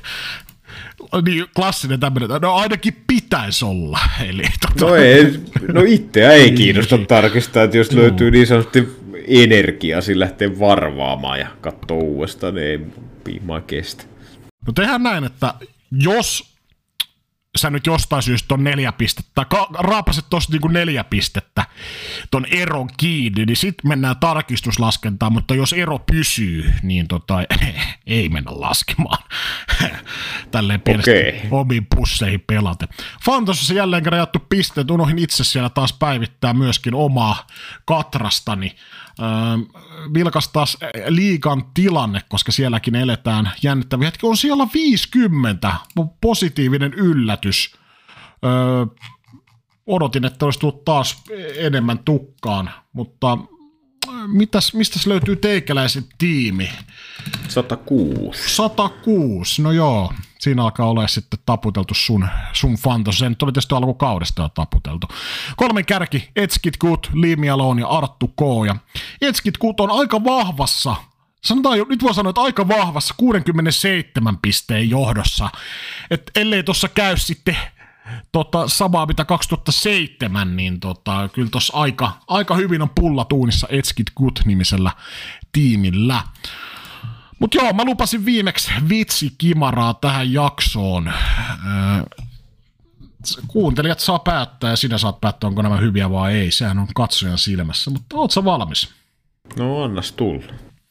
niin klassinen tämmöinen, no ainakin pitäisi olla. Eli, tota... No ei, no itseä ei kiinnosta tarkistaa, että jos no. löytyy niin sanotusti energiaa, siinä lähtee varvaamaan ja katsoo uudestaan, niin ei piimaa kestä. No tehdään näin, että jos sä nyt jostain syystä ton neljä pistettä, ka- raapaset tosta niinku neljä pistettä ton eron kiinni, niin sit mennään tarkistuslaskentaan, mutta jos ero pysyy, niin tota, ei mennä laskemaan. Tälleen pienesti okay. Omiin pusseihin pelaten. Fantosissa jälleen kerran jaettu pisteet, unohdin itse siellä taas päivittää myöskin omaa katrastani. Öö, vilkas taas liigan tilanne, koska sielläkin eletään jännittäviä hetki. On siellä viisikymmentä, positiivinen yllätys. Öö, odotin, että olisi tullut taas enemmän tukkaan, mutta mitäs, mistäs löytyy teikäläisen tiimi? sata kuusi. sata kuusi, no joo. Siinä alkaa olla sitten taputeltu sun, sun fantos. Se nyt oli tietysti alkukaudesta jo taputeltu. Kolmen kärki, Etskit Kut, Liimi Alone ja Arttu K. Ja Etskit Kut on aika vahvassa, sanotaan jo, nyt voi sanoa, että aika vahvassa kuusikymmentäseitsemän pisteen johdossa. Et ellei tuossa käy sitten tota, samaa mitä kaksituhattaseitsemän, niin tota, kyllä tuossa aika, aika hyvin on pullatuunissa Etskit Kut-nimisellä tiimillä. Mutta joo, mä lupasin viimeksi vitsikimaraa tähän jaksoon. Öö, kuuntelijat saa päättää ja sinä saat päättää, onko nämä hyviä vai ei. Sehän on katsojan silmässä, mutta oot sä valmis? No annas tulla.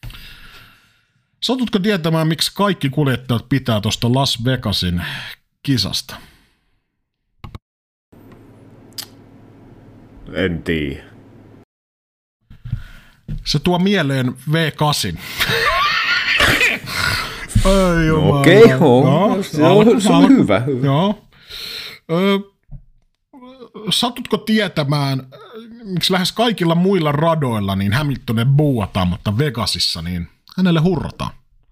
Satutko tietämään, miksi kaikki kuljettajat pitää tuosta Las Vegasin kisasta? En tiedä. Se tuo mieleen V kahdeksan. Okei, okay, no, se on, se on hyvä. hyvä. Joo. Ö, satutko tietämään, miksi lähes kaikilla muilla radoilla niin Hamiltonen buuataan, mutta Vegasissa niin hänelle hurrataan?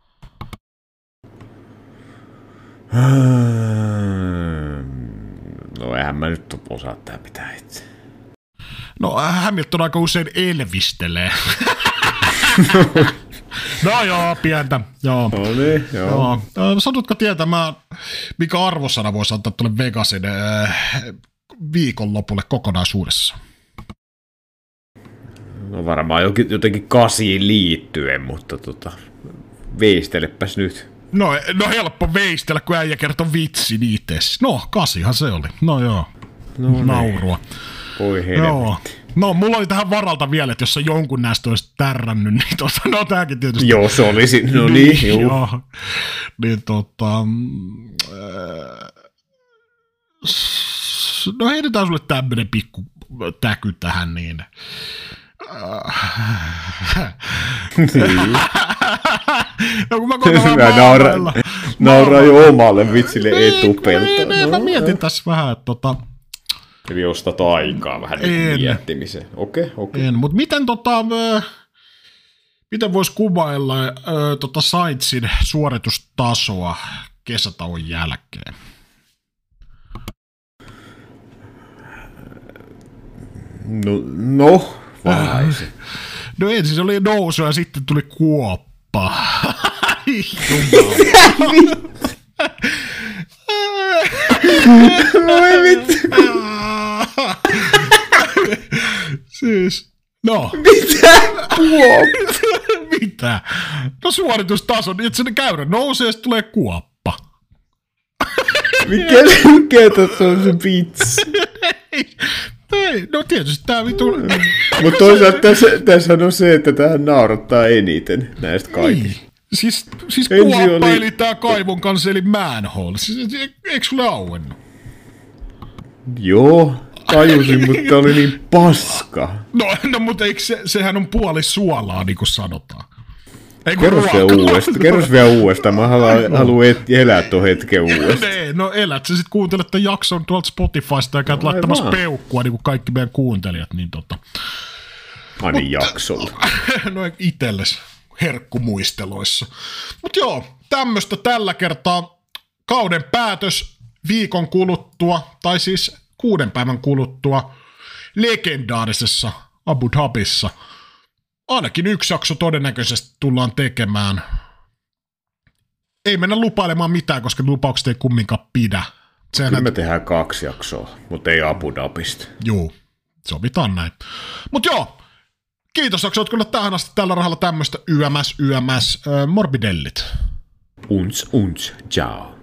No eihän mä nyt osaa tää pitää itse. No Hamilton aika usein elvistelee. No joo, pientä. Joo. No niin, joo. joo. Satutko tietämään, mikä arvosana voisi antaa tuolle Vegasin äh, viikonlopulle kokonaisuudessa? No varmaan jotenkin kasiin liittyen, mutta tota, veistelepäs nyt. No, no helppo veistellä, kun äijä kertoi vitsin itse. No, kasihan se oli. No joo, no, naurua. Voi helvetti. No, mulla oli tähän varalta vielä, että jos sä jonkun näistä olisi tärrännyt, niin tota, no tääkin tietysti. Joo, se olisi, no niin, niin joo. joo. Niin tota, äh, no heitetään sulle tämmönen pikku täky tähän, niin. No kun mä koitan vähän nauraa, nauraa jo omalle vitsille etupeltä. No, mä mietin tässä vähän, että tota. Eli ostat aikaa vähän niin miettimiseen. Okei, okay, okei. Okay. Mutta miten tota, miten vois kuvailla äh, tota Saintsin suoritustasoa kesätauon jälkeen? No, no vaisi. No ensin oli nousu ja sitten tuli kuoppa. Voi vittu. Siis, no. Mitä? Kuoppa. Mitä? No suoritustaso, niin että sen käyrä nousee ja sitten tulee kuoppa. Mikä, mikä tässä on se vitsi? Ei, no tietysti tää vitu. Mutta toisaalta tässä, tässä on se, että tähän naurattaa eniten näistä kaikista. Niin. Siis, siis kuoppa oli... eli tää kaivon kanssa eli manhole. Siis, eikö sulle auennut? Joo, tajusin, mutta oli niin paska. No, no mutta eikö se, sehän on puoli suolaa, niin kuin sanotaan. Kerros vielä uudestaan, kerros vielä uudestaan. Mä haluan, haluan et, elää tuon hetken uudestaan. Nee, no elät sä sit kuuntelet tämän jakson tuolta Spotifysta ja käyt no, laittamassa vaan peukkua, niin kuin kaikki meidän kuuntelijat. Niin tota. Ani jaksolla. No itelles herkkumuisteloissa. Mut joo, tämmöstä tällä kertaa kauden päätös viikon kuluttua, tai siis kuuden päivän kuluttua legendaarisessa Abu Dhabissa. Ainakin yksi jakso todennäköisesti tullaan tekemään. Ei mennä lupailemaan mitään, koska lupaukset ei kumminkaan pidä. Sehän Kyllä me tehdään kaksi jaksoa, mutta ei Abu Dhabista. Juu, sovitaan näin. Mut joo, kiitos, jakso oot kyllä tähän asti tällä rahalla tämmöistä Y M S, Y M S, äh, Morbidellit. Uns, uns, ciao.